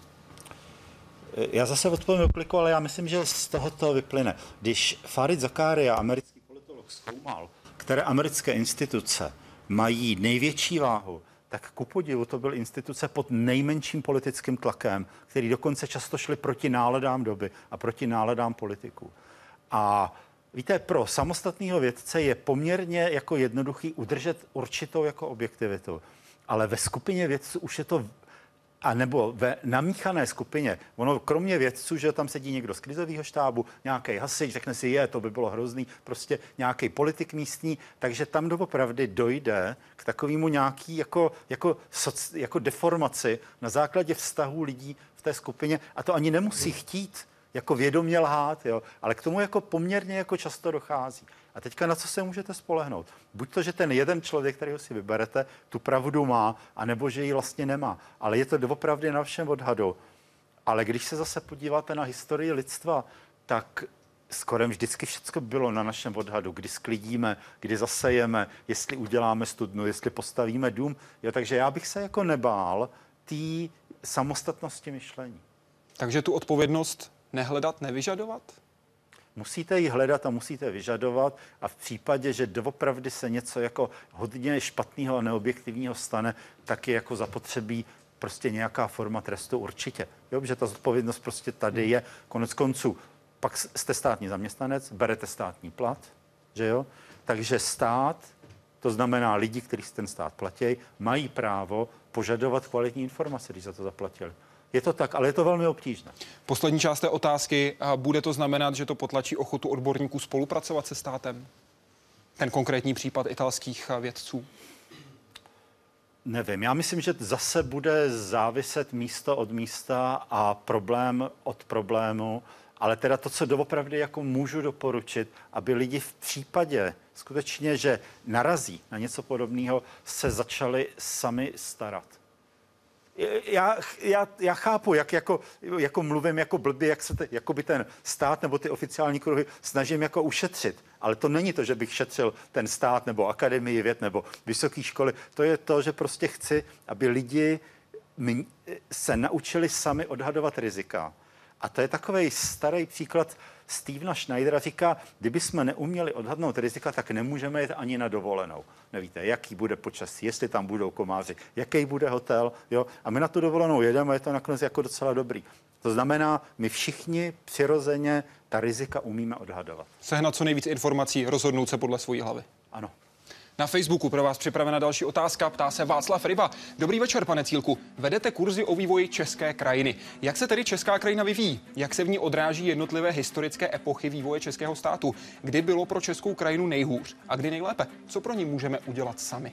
Já zase odpovím o kliku, ale já myslím, že z tohoto vyplyne. Když Farid Zakaria, americký politolog, zkoumal, které americké instituce mají největší váhu, tak ku podivu to byly instituce pod nejmenším politickým tlakem, který dokonce často šly proti náladám doby a proti náladám politiků. A víte, pro samostatného vědce je poměrně jako jednoduchý udržet určitou jako objektivitu. Ale ve skupině vědců už je to, a nebo ve namíchané skupině, ono kromě vědců, že tam sedí někdo z krizového štábu, nějaký hasič, řekne si, je, to by bylo hrozný, prostě nějaký politik místní, takže tam doopravdy dojde k takovému nějaký jako, jako, soci, jako deformaci na základě vztahů lidí v té skupině a to ani nemusí chtít jako vědomě lhát, jo, ale k tomu jako poměrně jako často dochází. A teďka na co se můžete spolehnout? Buď to, že ten jeden člověk, kterýho si vyberete, tu pravdu má, anebo že ji vlastně nemá. Ale je to doopravdy na všem odhadu. Ale když se zase podíváte na historii lidstva, tak skoro vždycky všechno bylo na našem odhadu, kdy sklidíme, kdy zasejeme, jestli uděláme studnu, jestli postavíme dům. Jo, takže já bych se jako nebál té samostatnosti myšlení. Takže tu odpovědnost nehledat, nevyžadovat? Musíte ji hledat a musíte vyžadovat a v případě, že doopravdy se něco jako hodně špatného a neobjektivního stane, tak je jako zapotřebí prostě nějaká forma trestu určitě. Jo, že ta zodpovědnost prostě tady je. Konec konců, pak jste státní zaměstnanec, berete státní plat, že jo? Takže stát To znamená, lidi, kteří si ten stát platí, mají právo požadovat kvalitní informace, když za to zaplatili. Je to tak, ale je to velmi obtížné. Poslední část té otázky. Bude to znamenat, že to potlačí ochotu odborníků spolupracovat se státem? Ten konkrétní případ italských vědců? Nevím. Já myslím, že zase bude záviset místo od místa a problém od problému. Ale teda to, co doopravdy jako můžu doporučit, aby lidi v případě skutečně, že narazí na něco podobného, se začali sami starat. Já, já, já chápu, jak jako, jako mluvím jako blbě, jak se te, jako by ten stát nebo ty oficiální kruhy snažím jako ušetřit. Ale to není to, že bych šetřil ten stát nebo akademii věd nebo vysoké školy. To je to, že prostě chci, aby lidi se naučili sami odhadovat rizika. A to je takový starý příklad Stevena Schneidera. Říká, kdyby jsme neuměli odhadnout rizika, tak nemůžeme jít ani na dovolenou. Nevíte, jaký bude počasí, jestli tam budou komáři, jaký bude hotel. Jo? A my na tu dovolenou jedeme a je to nakonec jako docela dobrý. To znamená, my všichni přirozeně ta rizika umíme odhadovat. Sehnat co nejvíc informací, rozhodnout se podle svojí hlavy. Ano. Na Facebooku pro vás připravena další otázka. Ptá se Václav Ryba. Dobrý večer, pane Cílku. Vedete kurzy o vývoji české krajiny. Jak se tedy česká krajina vyvíjí? Jak se v ní odráží jednotlivé historické epochy vývoje českého státu? Kdy bylo pro českou krajinu nejhůř a kdy nejlépe? Co pro ní můžeme udělat sami?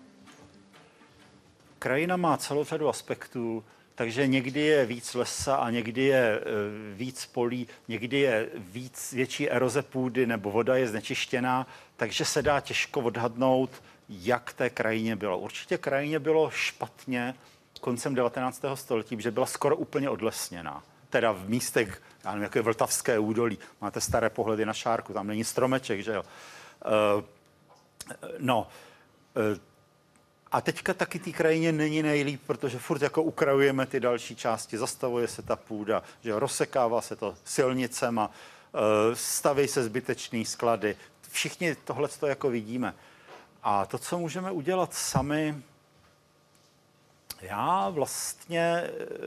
Krajina má celou řadu aspektů, takže někdy je víc lesa a někdy je e, víc polí, někdy je víc větší eroze půdy nebo voda je znečištěná, takže se dá těžko odhadnout, jak té krajině bylo. Určitě krajině bylo špatně koncem devatenáctého století, že byla skoro úplně odlesněná. Teda v místech, já nevím, jako je Vltavské údolí, máte staré pohledy na Šárku, tam není stromeček, že jo. E, no, e, A teďka taky té krajině není nejlíp, protože furt jako ukrajujeme ty další části, zastavuje se ta půda, že jo, rozsekává se to silnicema, staví se zbytečný sklady. Všichni tohle to jako vidíme. A to, co můžeme udělat sami, já vlastně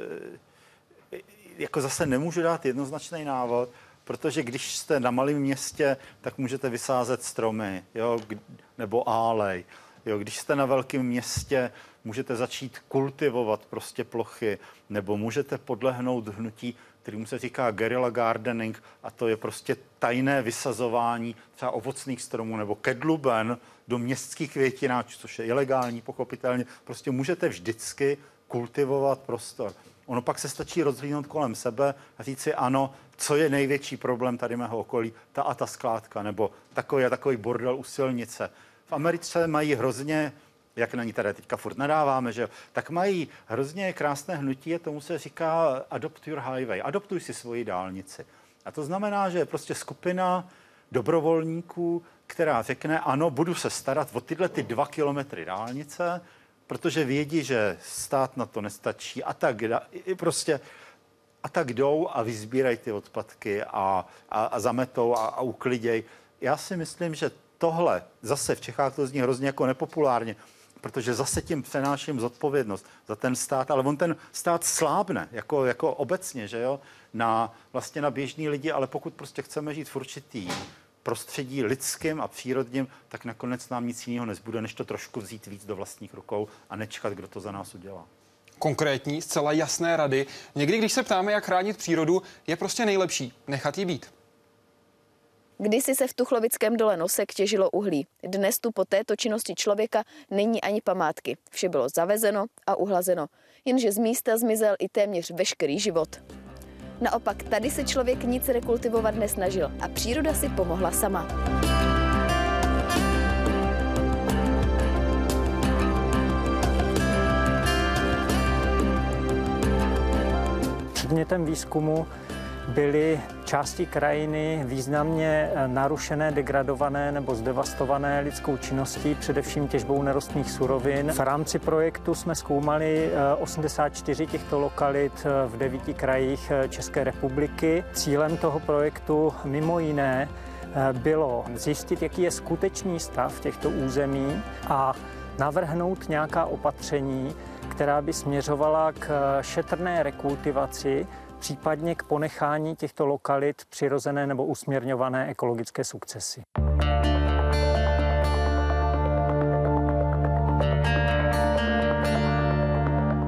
jako zase nemůžu dát jednoznačný návod, protože když jste na malém městě, tak můžete vysázet stromy, jo, nebo álej. Jo, když jste na velkém městě, můžete začít kultivovat prostě plochy, nebo můžete podlehnout hnutí, kterému se říká guerrilla gardening, a to je prostě tajné vysazování třeba ovocných stromů nebo kedluben do městských květináčů, což je ilegální, pochopitelně. Prostě můžete vždycky kultivovat prostor. Ono pak se stačí rozhlídnout kolem sebe a říct si, ano, co je největší problém tady mého okolí, ta a ta skládka, nebo takový a takový bordel u silnice. V Americe mají hrozně, jak na ní tady teďka furt nadáváme, že jo, tak mají hrozně krásné hnutí a tomu se říká adopt your highway, adoptuj si svoji dálnici. A to znamená, že je prostě skupina dobrovolníků, která řekne, ano, budu se starat o tyhle ty dva kilometry dálnice, protože vědí, že stát na to nestačí a tak prostě a tak jdou a vyzbírají ty odpadky a, a, a zametou a, a ukliděj. Já si myslím, že tohle zase v Čechách to zní hrozně jako nepopulárně, protože zase tím přenáším zodpovědnost za ten stát, ale on ten stát slábne, jako, jako obecně, že jo, na, vlastně na běžný lidi, ale pokud prostě chceme žít v určitý prostředí lidským a přírodním, tak nakonec nám nic jiného nezbude, než to trošku vzít víc do vlastních rukou a nečekat, kdo to za nás udělá. Konkrétní, zcela jasné rady. Někdy, když se ptáme, jak chránit přírodu, je prostě nejlepší nechat ji být. Kdysi se v Tuchlovickém dole Nosek těžilo uhlí. Dnes tu po této činnosti člověka není ani památky. Vše bylo zavezeno a uhlazeno. Jenže z místa zmizel i téměř veškerý život. Naopak tady se člověk nic rekultivovat nesnažil a příroda si pomohla sama. Předmětem výzkumu byly části krajiny významně narušené, degradované nebo zdevastované lidskou činností, především těžbou nerostných surovin. V rámci projektu jsme zkoumali osmdesát čtyři těchto lokalit v devíti krajích České republiky. Cílem toho projektu mimo jiné bylo zjistit, jaký je skutečný stav těchto území a navrhnout nějaká opatření, která by směřovala k šetrné rekultivaci, případně k ponechání těchto lokalit přirozené nebo usměrňované ekologické sukcesy.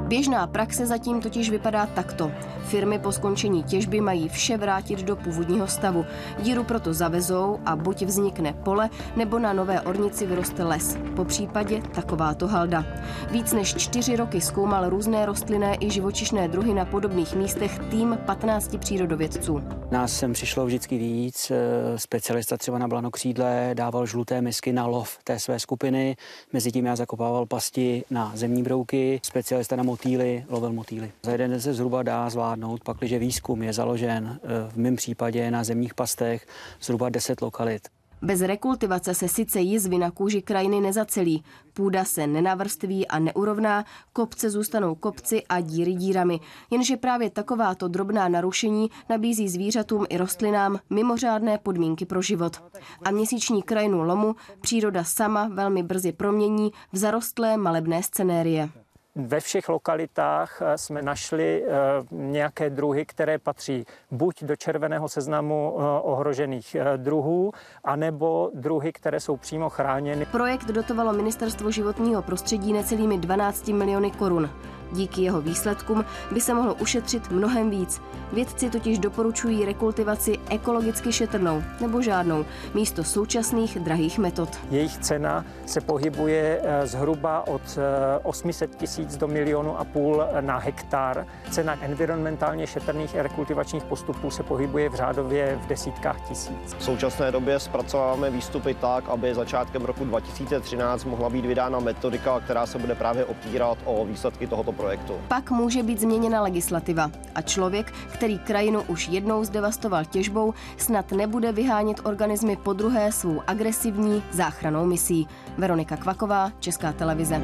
Běžná praxe zatím totiž vypadá takto. Firmy po skončení těžby mají vše vrátit do původního stavu. Díru proto zavezou a buď vznikne pole, nebo na nové ornici vyroste les. Po případě takováto halda. Víc než čtyři roky zkoumal různé rostlinné i živočišné druhy na podobných místech tým patnácti přírodovědců. Nás sem přišlo vždycky víc. Specialista třeba na blanokřídle dával žluté misky na lov té své skupiny. Mezitím já zakopával pasti na zemní brouky. Specialista na motýly lovil motýly. Za jeden den se zhruba dá zvládnout, pakliže výzkum je založen v mém případě na zemních pastech zhruba deset lokalit. Bez rekultivace se sice jizvy na kůži krajiny nezacelí, půda se nenavrství a neurovná, kopce zůstanou kopci a díry dírami. Jenže právě takováto drobná narušení nabízí zvířatům i rostlinám mimořádné podmínky pro život. A měsíční krajinu lomu příroda sama velmi brzy promění v zarostlé malebné scenérie. Ve všech lokalitách jsme našli nějaké druhy, které patří buď do červeného seznamu ohrožených druhů, anebo druhy, které jsou přímo chráněny. Projekt dotovalo Ministerstvo životního prostředí necelými dvanácti miliony korun. Díky jeho výsledkům by se mohlo ušetřit mnohem víc. Vědci totiž doporučují rekultivaci ekologicky šetrnou nebo žádnou, místo současných drahých metod. Jejich cena se pohybuje zhruba od osm set tisíc do milionu a půl na hektar. Cena environmentálně šetrných rekultivačních postupů se pohybuje v řádově v desítkách tisíc. V současné době zpracováváme výstupy tak, aby začátkem roku dva tisíce třináct mohla být vydána metodika, která se bude právě opírat o výsledky tohoto projektu. Pak může být změněna legislativa a člověk, který krajinu už jednou zdevastoval těžbou, snad nebude vyhánět organismy podruhé svou agresivní záchrannou misí. Veronika Kvaková, Česká televize.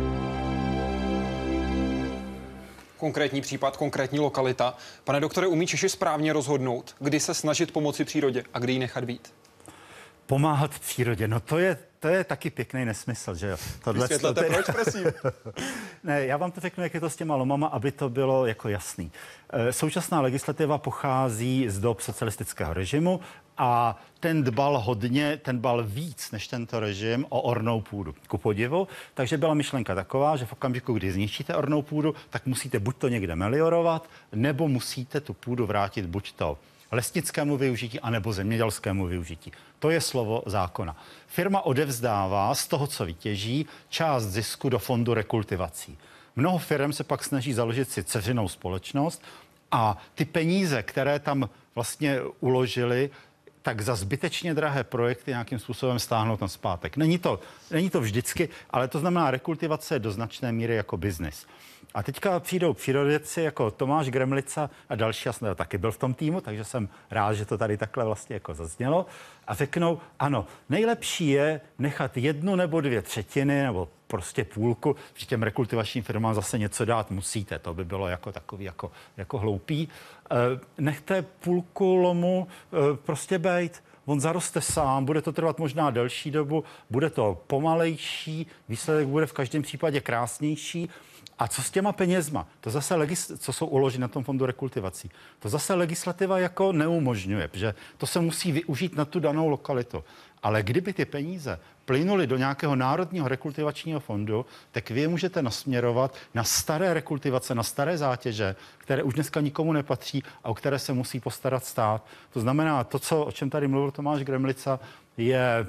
Konkrétní případ, konkrétní lokalita. Pane doktore, umí Češi správně rozhodnout, kdy se snažit pomoci přírodě a kdy ji nechat být? Pomáhat přírodě, no to je, to je taky pěkný nesmysl, že jo. Tohle Vysvětlete to, proč, prosím. Ne, já vám to řeknu, jak je to s těma lomama, aby to bylo jako jasný. E, současná legislativa pochází z dob socialistického režimu a ten dbal hodně, ten dbal víc než tento režim o ornou půdu. Ku podivu, takže byla myšlenka taková, že v okamžiku, kdy zničíte ornou půdu, tak musíte buď to někde meliorovat, nebo musíte tu půdu vrátit buď to lesnickému využití anebo zemědělskému využití. To je slovo zákona. Firma odevzdává z toho, co vytěží, část zisku do fondu rekultivací. Mnoho firm se pak snaží založit si dceřinou společnost a ty peníze, které tam vlastně uložili, tak za zbytečně drahé projekty nějakým způsobem stáhnout na zpátek. Není to, není to vždycky, ale to znamená, rekultivace je do značné míry jako biznis. A teďka přijdou přírodovědci jako Tomáš Gremlica a další, já jsem taky byl v tom týmu, takže jsem rád, že to tady takhle vlastně jako zaznělo. A řeknou, ano, nejlepší je nechat jednu nebo dvě třetiny nebo prostě půlku, že těm rekultivačním firmám zase něco dát musíte, to by bylo jako takový jako, jako hloupý. E, nechte půlku lomu e, prostě bejt. On zaroste sám, bude to trvat možná delší dobu, bude to pomalejší, výsledek bude v každém případě krásnější. A co s těma penězma? To zase, legis- co jsou uloženy na tom fondu rekultivací, to zase legislativa jako neumožňuje, že to se musí využít na tu danou lokalitu. Ale kdyby ty peníze plynuly do nějakého národního rekultivačního fondu, tak vy je můžete nasměrovat na staré rekultivace, na staré zátěže, které už dneska nikomu nepatří a o které se musí postarat stát. To znamená, to, co, o čem tady mluvil Tomáš Gremlica, je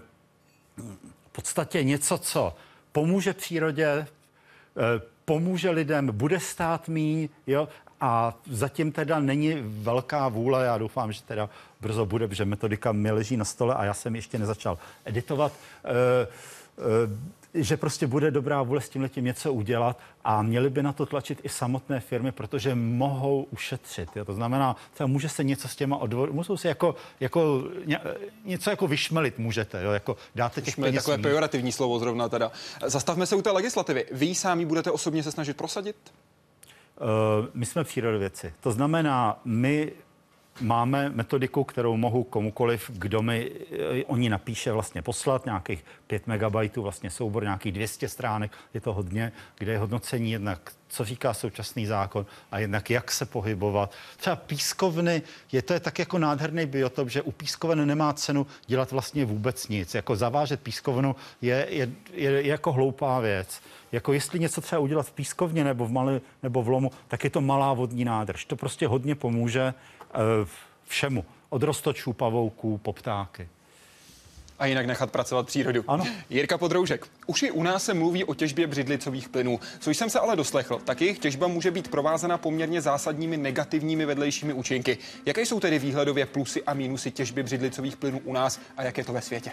v podstatě něco, co pomůže přírodě, pomůže lidem, bude stát míň, jo, a zatím teda není velká vůle, já doufám, že teda brzo bude, protože metodika mi leží na stole a já jsem ještě nezačal editovat, e, e, že prostě bude dobrá vůle s tímhletím něco udělat a měli by na to tlačit i samotné firmy, protože mohou ušetřit. Jo. To znamená, třeba může se něco s těma odvod, musou si jako, jako ně, něco jako vyšmelit můžete, jo, jako dáte těch peněz. Takové pejorativní slovo zrovna teda. Zastavme se u té legislativy. Vy sami budete osobně se snažit prosadit? Uh, my jsme přírodovědci. To znamená, my Máme metodiku, kterou mohu komukoliv, kdo mi o ní napíše, vlastně poslat, nějakých pět megabajtů, vlastně soubor, nějakých dvě stě stránek, je to hodně, kde je hodnocení jednak, co říká současný zákon a jednak jak se pohybovat. Třeba pískovny, je to je tak jako nádherný biotop, že u pískoven nemá cenu dělat vlastně vůbec nic. Jako zavážet pískovnu je, je, je, je jako hloupá věc. Jako jestli něco třeba udělat v pískovně nebo v mali, nebo v lomu, tak je to malá vodní nádrž. To prostě hodně pomůže uh, všemu. Od roztočů, pavouků, po ptáky. A jinak nechat pracovat přírodu. Ano. Jirka Podroužek. Už i u nás se mluví o těžbě břidlicových plynů. Co jsem se ale doslechl, tak jejich těžba může být provázena poměrně zásadními negativními vedlejšími účinky. Jaké jsou tedy výhledově plusy a mínusy těžby břidlicových plynů u nás a jak je to ve světě?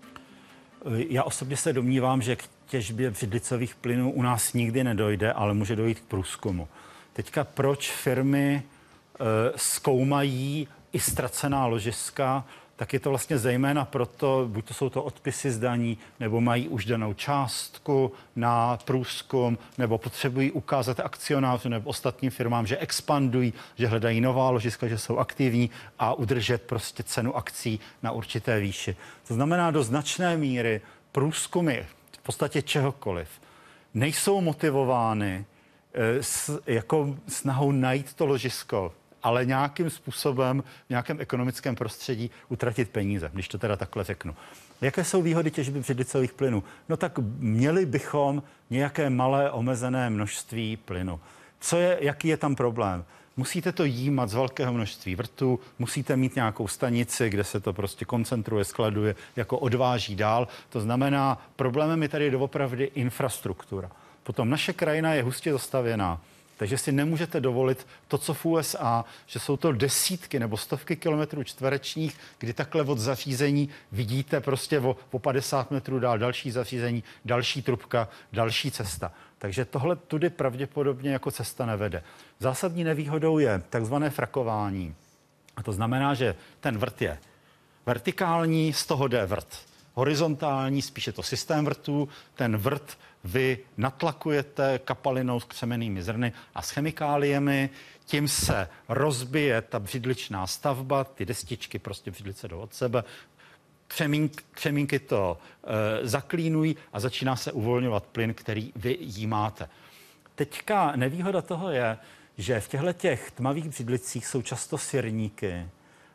Já osobně se domnívám, že k těžbě břidlicových plynů u nás nikdy nedojde, ale může dojít k průzkumu. Teďka proč firmy e, zkoumají i ztracená ložiska, tak je to vlastně zejména proto, buď to jsou to odpisy z daní, nebo mají už danou částku na průzkum, nebo potřebují ukázat akcionářům nebo ostatním firmám, že expandují, že hledají nová ložiska, že jsou aktivní a udržet prostě cenu akcí na určité výši. To znamená, do značné míry průzkumy v podstatě čehokoliv nejsou motivovány e, s, jako snahou najít to ložisko, ale nějakým způsobem, v nějakém ekonomickém prostředí utratit peníze, když to teda takhle řeknu. Jaké jsou výhody těžby břidlicových plynů? No tak měli bychom nějaké malé omezené množství plynu. Co je, jaký je tam problém? Musíte to jímat z velkého množství vrtů, musíte mít nějakou stanici, kde se to prostě koncentruje, skladuje, jako odváží dál. To znamená, problémem je tady doopravdy infrastruktura. Potom naše krajina je hustě zastavěná. Takže si nemůžete dovolit to, co v U S A, že jsou to desítky nebo stovky kilometrů čtverečních, kdy takhle od zařízení vidíte prostě o, o padesát metrů dál další zařízení, další trubka, další cesta. Takže tohle tudy pravděpodobně jako cesta nevede. Zásadní nevýhodou je takzvané frakování. A to znamená, že ten vrt je vertikální, z toho jde vrt. Horizontální, spíše to systém vrtů, ten vrt vy natlakujete kapalinou s křemennými zrny a s chemikáliemi, tím se rozbije ta břidličná stavba, ty destičky prostě břidlice jdou od sebe, křemínk, křemínky to e, zaklínují a začíná se uvolňovat plyn, který vy jímáte. Teďka nevýhoda toho je, že v těchto těch tmavých břidlicích jsou často sirníky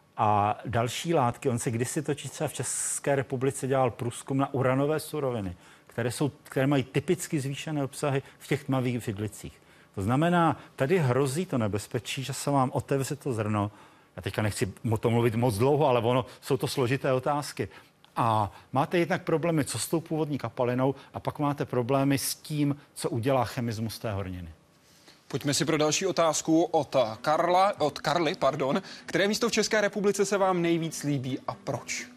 a další látky. On se kdysi točí třeba v České republice dělal průzkum na uranové suroviny, které, jsou, které mají typicky zvýšené obsahy v těch tmavých břidlicích. To znamená, tady hrozí to nebezpečí, že se vám otevře to zrno. Já teďka nechci o tom mluvit moc dlouho, ale ono, jsou to složité otázky. A máte jednak problémy, co s tou původní kapalinou, a pak máte problémy s tím, co udělá chemismus té horniny. Pojďme si pro další otázku od Karla, od Karly, pardon. Které místo v České republice se vám nejvíc líbí a proč?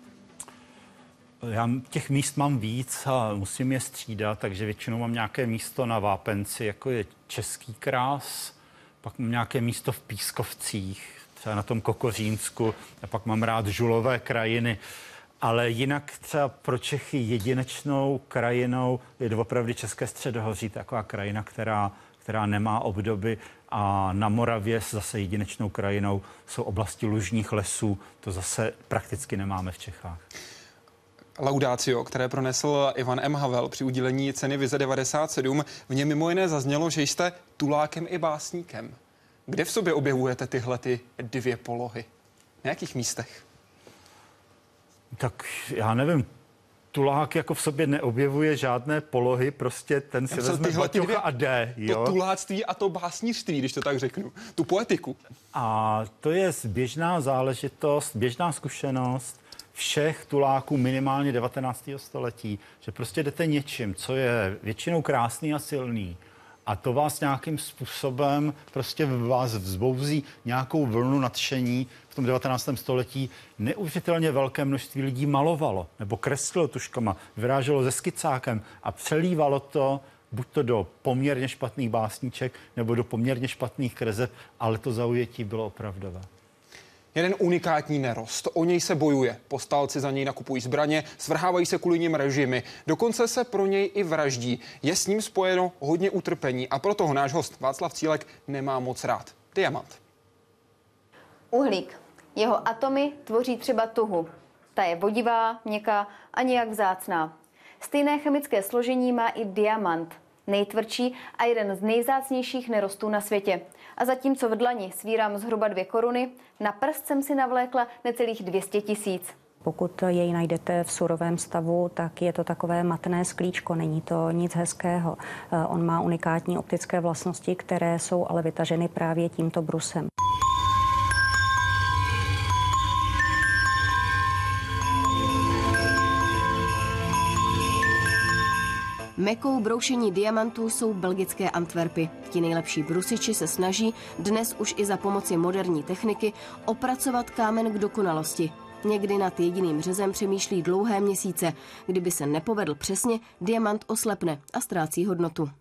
Já těch míst mám víc a musím je střídat, takže většinou mám nějaké místo na Vápenci, jako je Český krás, pak mám nějaké místo v Pískovcích, třeba na tom Kokořínsku, a pak mám rád žulové krajiny. Ale jinak třeba pro Čechy jedinečnou krajinou je opravdu České středohoří, taková krajina, která, která nemá obdoby, a na Moravě zase jedinečnou krajinou jsou oblasti lužních lesů, to zase prakticky nemáme v Čechách. Laudatio, které pronesl Ivan M. Havel při udělení ceny Vize devadesát sedm, v něm mimo jiné zaznělo, že jste tulákem i básníkem. Kde v sobě objevujete tyhle ty dvě polohy? Na jakých místech? Tak já nevím, tulák jako v sobě neobjevuje žádné polohy, prostě ten si vezme baťocha a jde. Jo? To tuláctví a to básnířství, když to tak řeknu, tu poetiku. A to je běžná záležitost, běžná zkušenost všech tuláků minimálně devatenáctého století, že prostě jdete něčím, co je většinou krásný a silný, a to vás nějakým způsobem prostě vás vzbouzí nějakou vlnu nadšení. V tom devatenáctém století neuvěřitelně velké množství lidí malovalo nebo kreslilo tuškama, vyráželo se skicákem a přelívalo to buď to do poměrně špatných básníček nebo do poměrně špatných kreseb, ale to zaujetí bylo opravdové. Jeden unikátní nerost. O něj se bojuje. Povstalci za něj nakupují zbraně, svrhávají se kvůli nim režimy. Dokonce se pro něj i vraždí. Je s ním spojeno hodně utrpení a proto ho náš host Václav Cílek nemá moc rád. Diamant. Uhlík. Jeho atomy tvoří třeba tuhu. Ta je vodivá, měkká a nějak vzácná. Stejné chemické složení má i diamant, nejtvrdší a jeden z nejvzácnějších nerostů na světě. A zatímco v dlani svírám zhruba dvě koruny, na prst jsem si navlékla necelých dvě stě tisíc. Pokud jej najdete v surovém stavu, tak je to takové matné sklíčko, není to nic hezkého. On má unikátní optické vlastnosti, které jsou ale vytaženy právě tímto brusem. Mekou broušení diamantů jsou belgické Antwerpy. Ti nejlepší brusiči se snaží dnes už i za pomoci moderní techniky opracovat kámen k dokonalosti. Někdy nad jediným řezem přemýšlí dlouhé měsíce. Kdyby se nepovedl přesně, diamant oslepne a ztrácí hodnotu.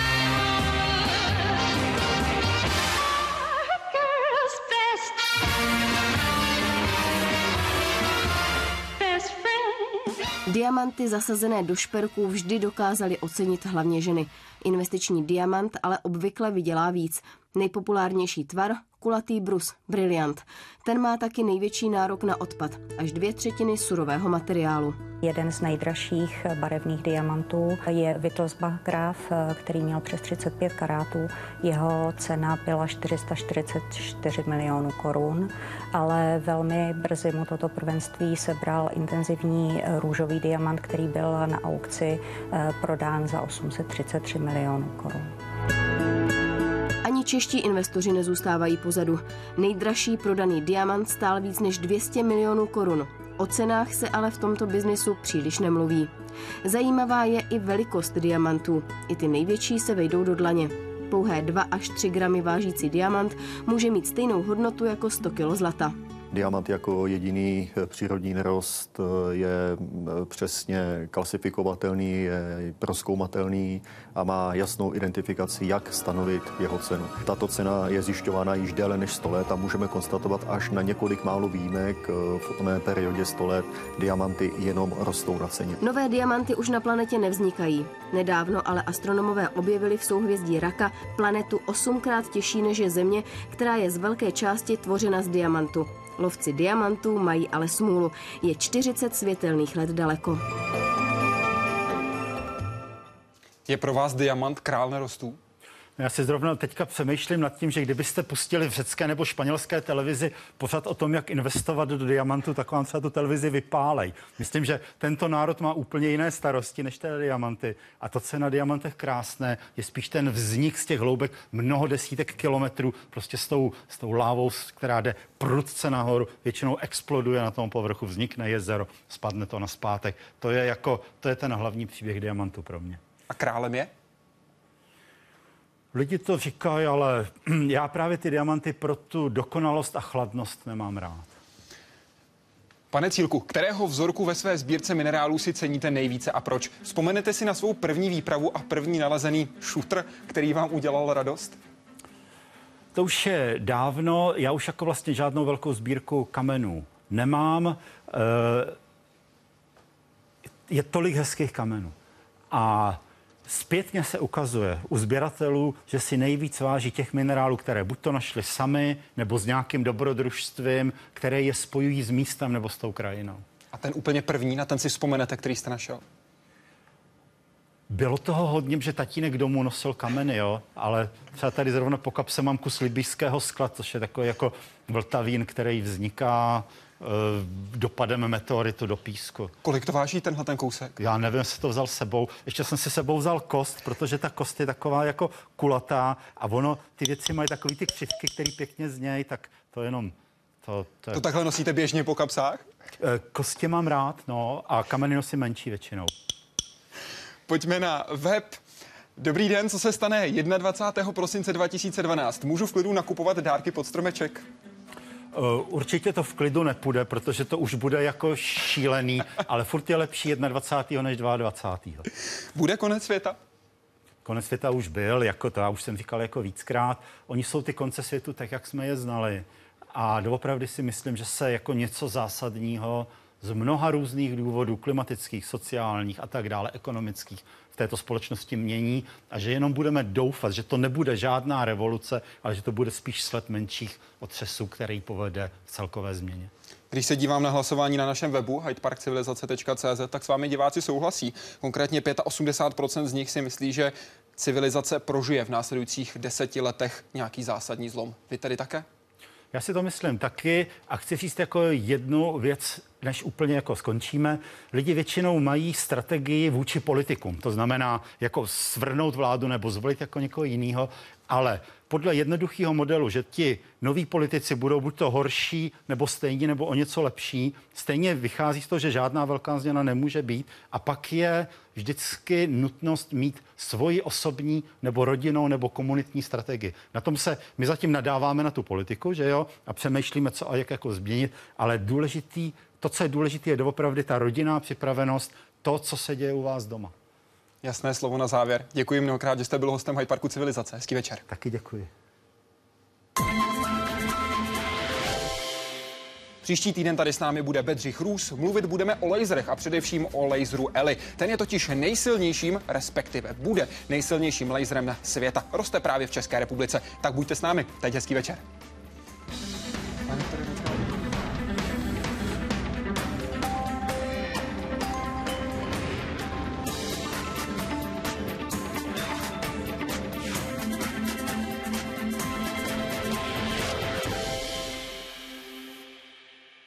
Diamanty zasazené do šperků vždy dokázaly ocenit hlavně ženy. Investiční diamant ale obvykle vydělá víc. Nejpopulárnější tvar – kulatý brus, briliant. Ten má taky největší nárok na odpad, až dvě třetiny surového materiálu. Jeden z nejdražších barevných diamantů je Wittelsbach Graf, který měl přes třicet pět karátů. Jeho cena byla čtyři sta čtyřicet čtyři milionů korun, ale velmi brzy mu toto prvenství sebral intenzivní růžový diamant, který byl na aukci prodán za osm set třicet tři milionů korun. Ani čeští investoři nezůstávají pozadu. Nejdražší prodaný diamant stál víc než dvě stě milionů korun. O cenách se ale v tomto biznisu příliš nemluví. Zajímavá je i velikost diamantů. I ty největší se vejdou do dlaně. Pouhé dva až tři gramy vážící diamant může mít stejnou hodnotu jako sto kilo zlata. Diamant jako jediný přírodní nerost je přesně klasifikovatelný, je prozkoumatelný a má jasnou identifikaci, jak stanovit jeho cenu. Tato cena je zjišťována již déle než sto let a můžeme konstatovat až na několik málo výjimek. V oné periodě sto let diamanty jenom rostou na ceně. Nové diamanty už na planetě nevznikají. Nedávno ale astronomové objevili v souhvězdí Raka planetu osmkrát těžší než je Země, která je z velké části tvořena z diamantu. Lovci diamantů mají ale smůlu. Je čtyřicet světelných let daleko. Je pro vás diamant král nerostů? Já si zrovna teďka přemýšlím nad tím, že kdybyste pustili v řecké nebo španělské televizi pořád o tom, jak investovat do diamantu, tak vám třeba tu televizi vypálej. Myslím, že tento národ má úplně jiné starosti než ty diamanty. A to, co je na diamantech krásné, je spíš ten vznik z těch hloubek mnoho desítek kilometrů, prostě s tou, s tou lávou, která jde prudce nahoru, většinou exploduje na tom povrchu, vznikne jezero, spadne to nazpátek. To je jako, to je ten hlavní příběh diamantu pro mě. A králem je? Lidi to říkají, ale já právě ty diamanty pro tu dokonalost a chladnost nemám rád. Pane Cílku, kterého vzorku ve své sbírce minerálů si ceníte nejvíce a proč? Vzpomenete si na svou první výpravu a první nalezený šutr, který vám udělal radost? To už je dávno, já už jako vlastně žádnou velkou sbírku kamenů nemám. Je tolik hezkých kamenů. A zpětně se ukazuje u sběratelů, že si nejvíc váží těch minerálů, které buď to našli sami, nebo s nějakým dobrodružstvím, které je spojují s místem nebo s tou krajinou. A ten úplně první, na ten si vzpomenete, který jste našel? Bylo toho hodně, že tatínek domů nosil kameny, jo, ale třeba tady zrovna po kapse mám kus libyjského skla, což je takový jako vltavín, který vzniká dopadem meteoritu do písku. Kolik to váží tenhle ten kousek? Já nevím, jestli to vzal sebou. Ještě jsem si sebou vzal kost, protože ta kost je taková jako kulatá a ono, ty věci mají takový ty křivky, který pěkně znějí, tak to jenom... To, to, je... to takhle nosíte běžně po kapsách? Kostě mám rád, no, a kameny nosím menší většinou. Pojďme na web. Dobrý den, co se stane dvacátého prvního prosince dva tisíce dvanáct? Můžu v klidu nakupovat dárky pod stromeček? Určitě to v klidu nepůjde, protože to už bude jako šílený, ale furt je lepší dvacátého prvního než dvacátého druhého Bude konec světa? Konec světa už byl, jako to já už jsem říkal jako víckrát. Oni jsou ty konce světu tak, jak jsme je znali. A doopravdy si myslím, že se jako něco zásadního z mnoha různých důvodů, klimatických, sociálních a tak dále, ekonomických, v této společnosti mění a že jenom budeme doufat, že to nebude žádná revoluce, ale že to bude spíš sled menších otřesů, který povede k celkové změně. Když se dívám na hlasování na našem webu hyde park civilizace tečka cé zet, tak s vámi diváci souhlasí. Konkrétně osmdesát pět procent z nich si myslí, že civilizace prožije v následujících deseti letech nějaký zásadní zlom. Vy tedy také? Já si to myslím taky a chci říct jako jednu věc, než úplně jako skončíme. Lidi většinou mají strategii vůči politikům, to znamená jako svrhnout vládu nebo zvolit jako někoho jiného, ale podle jednoduchého modelu, že ti noví politici budou buď to horší, nebo stejně, nebo o něco lepší, stejně vychází z toho, že žádná velká změna nemůže být a pak je vždycky nutnost mít svoji osobní nebo rodinnou nebo komunitní strategii. Na tom se my zatím nadáváme na tu politiku, že jo, a přemýšlíme, co a jak jako změnit, ale důležitý, to, co je důležité, je doopravdy ta rodinná připravenost, to, co se děje u vás doma. Jasné slovo na závěr. Děkuji mnohokrát, že jste byl hostem Hyde Parku Civilizace. Hezký večer. Taky děkuji. Příští týden tady s námi bude Bedřich Růs. Mluvit budeme o laserech a především o laseru Eli. Ten je totiž nejsilnějším, respektive bude nejsilnějším laserem světa. Roste právě v České republice. Tak buďte s námi. Teď hezký večer.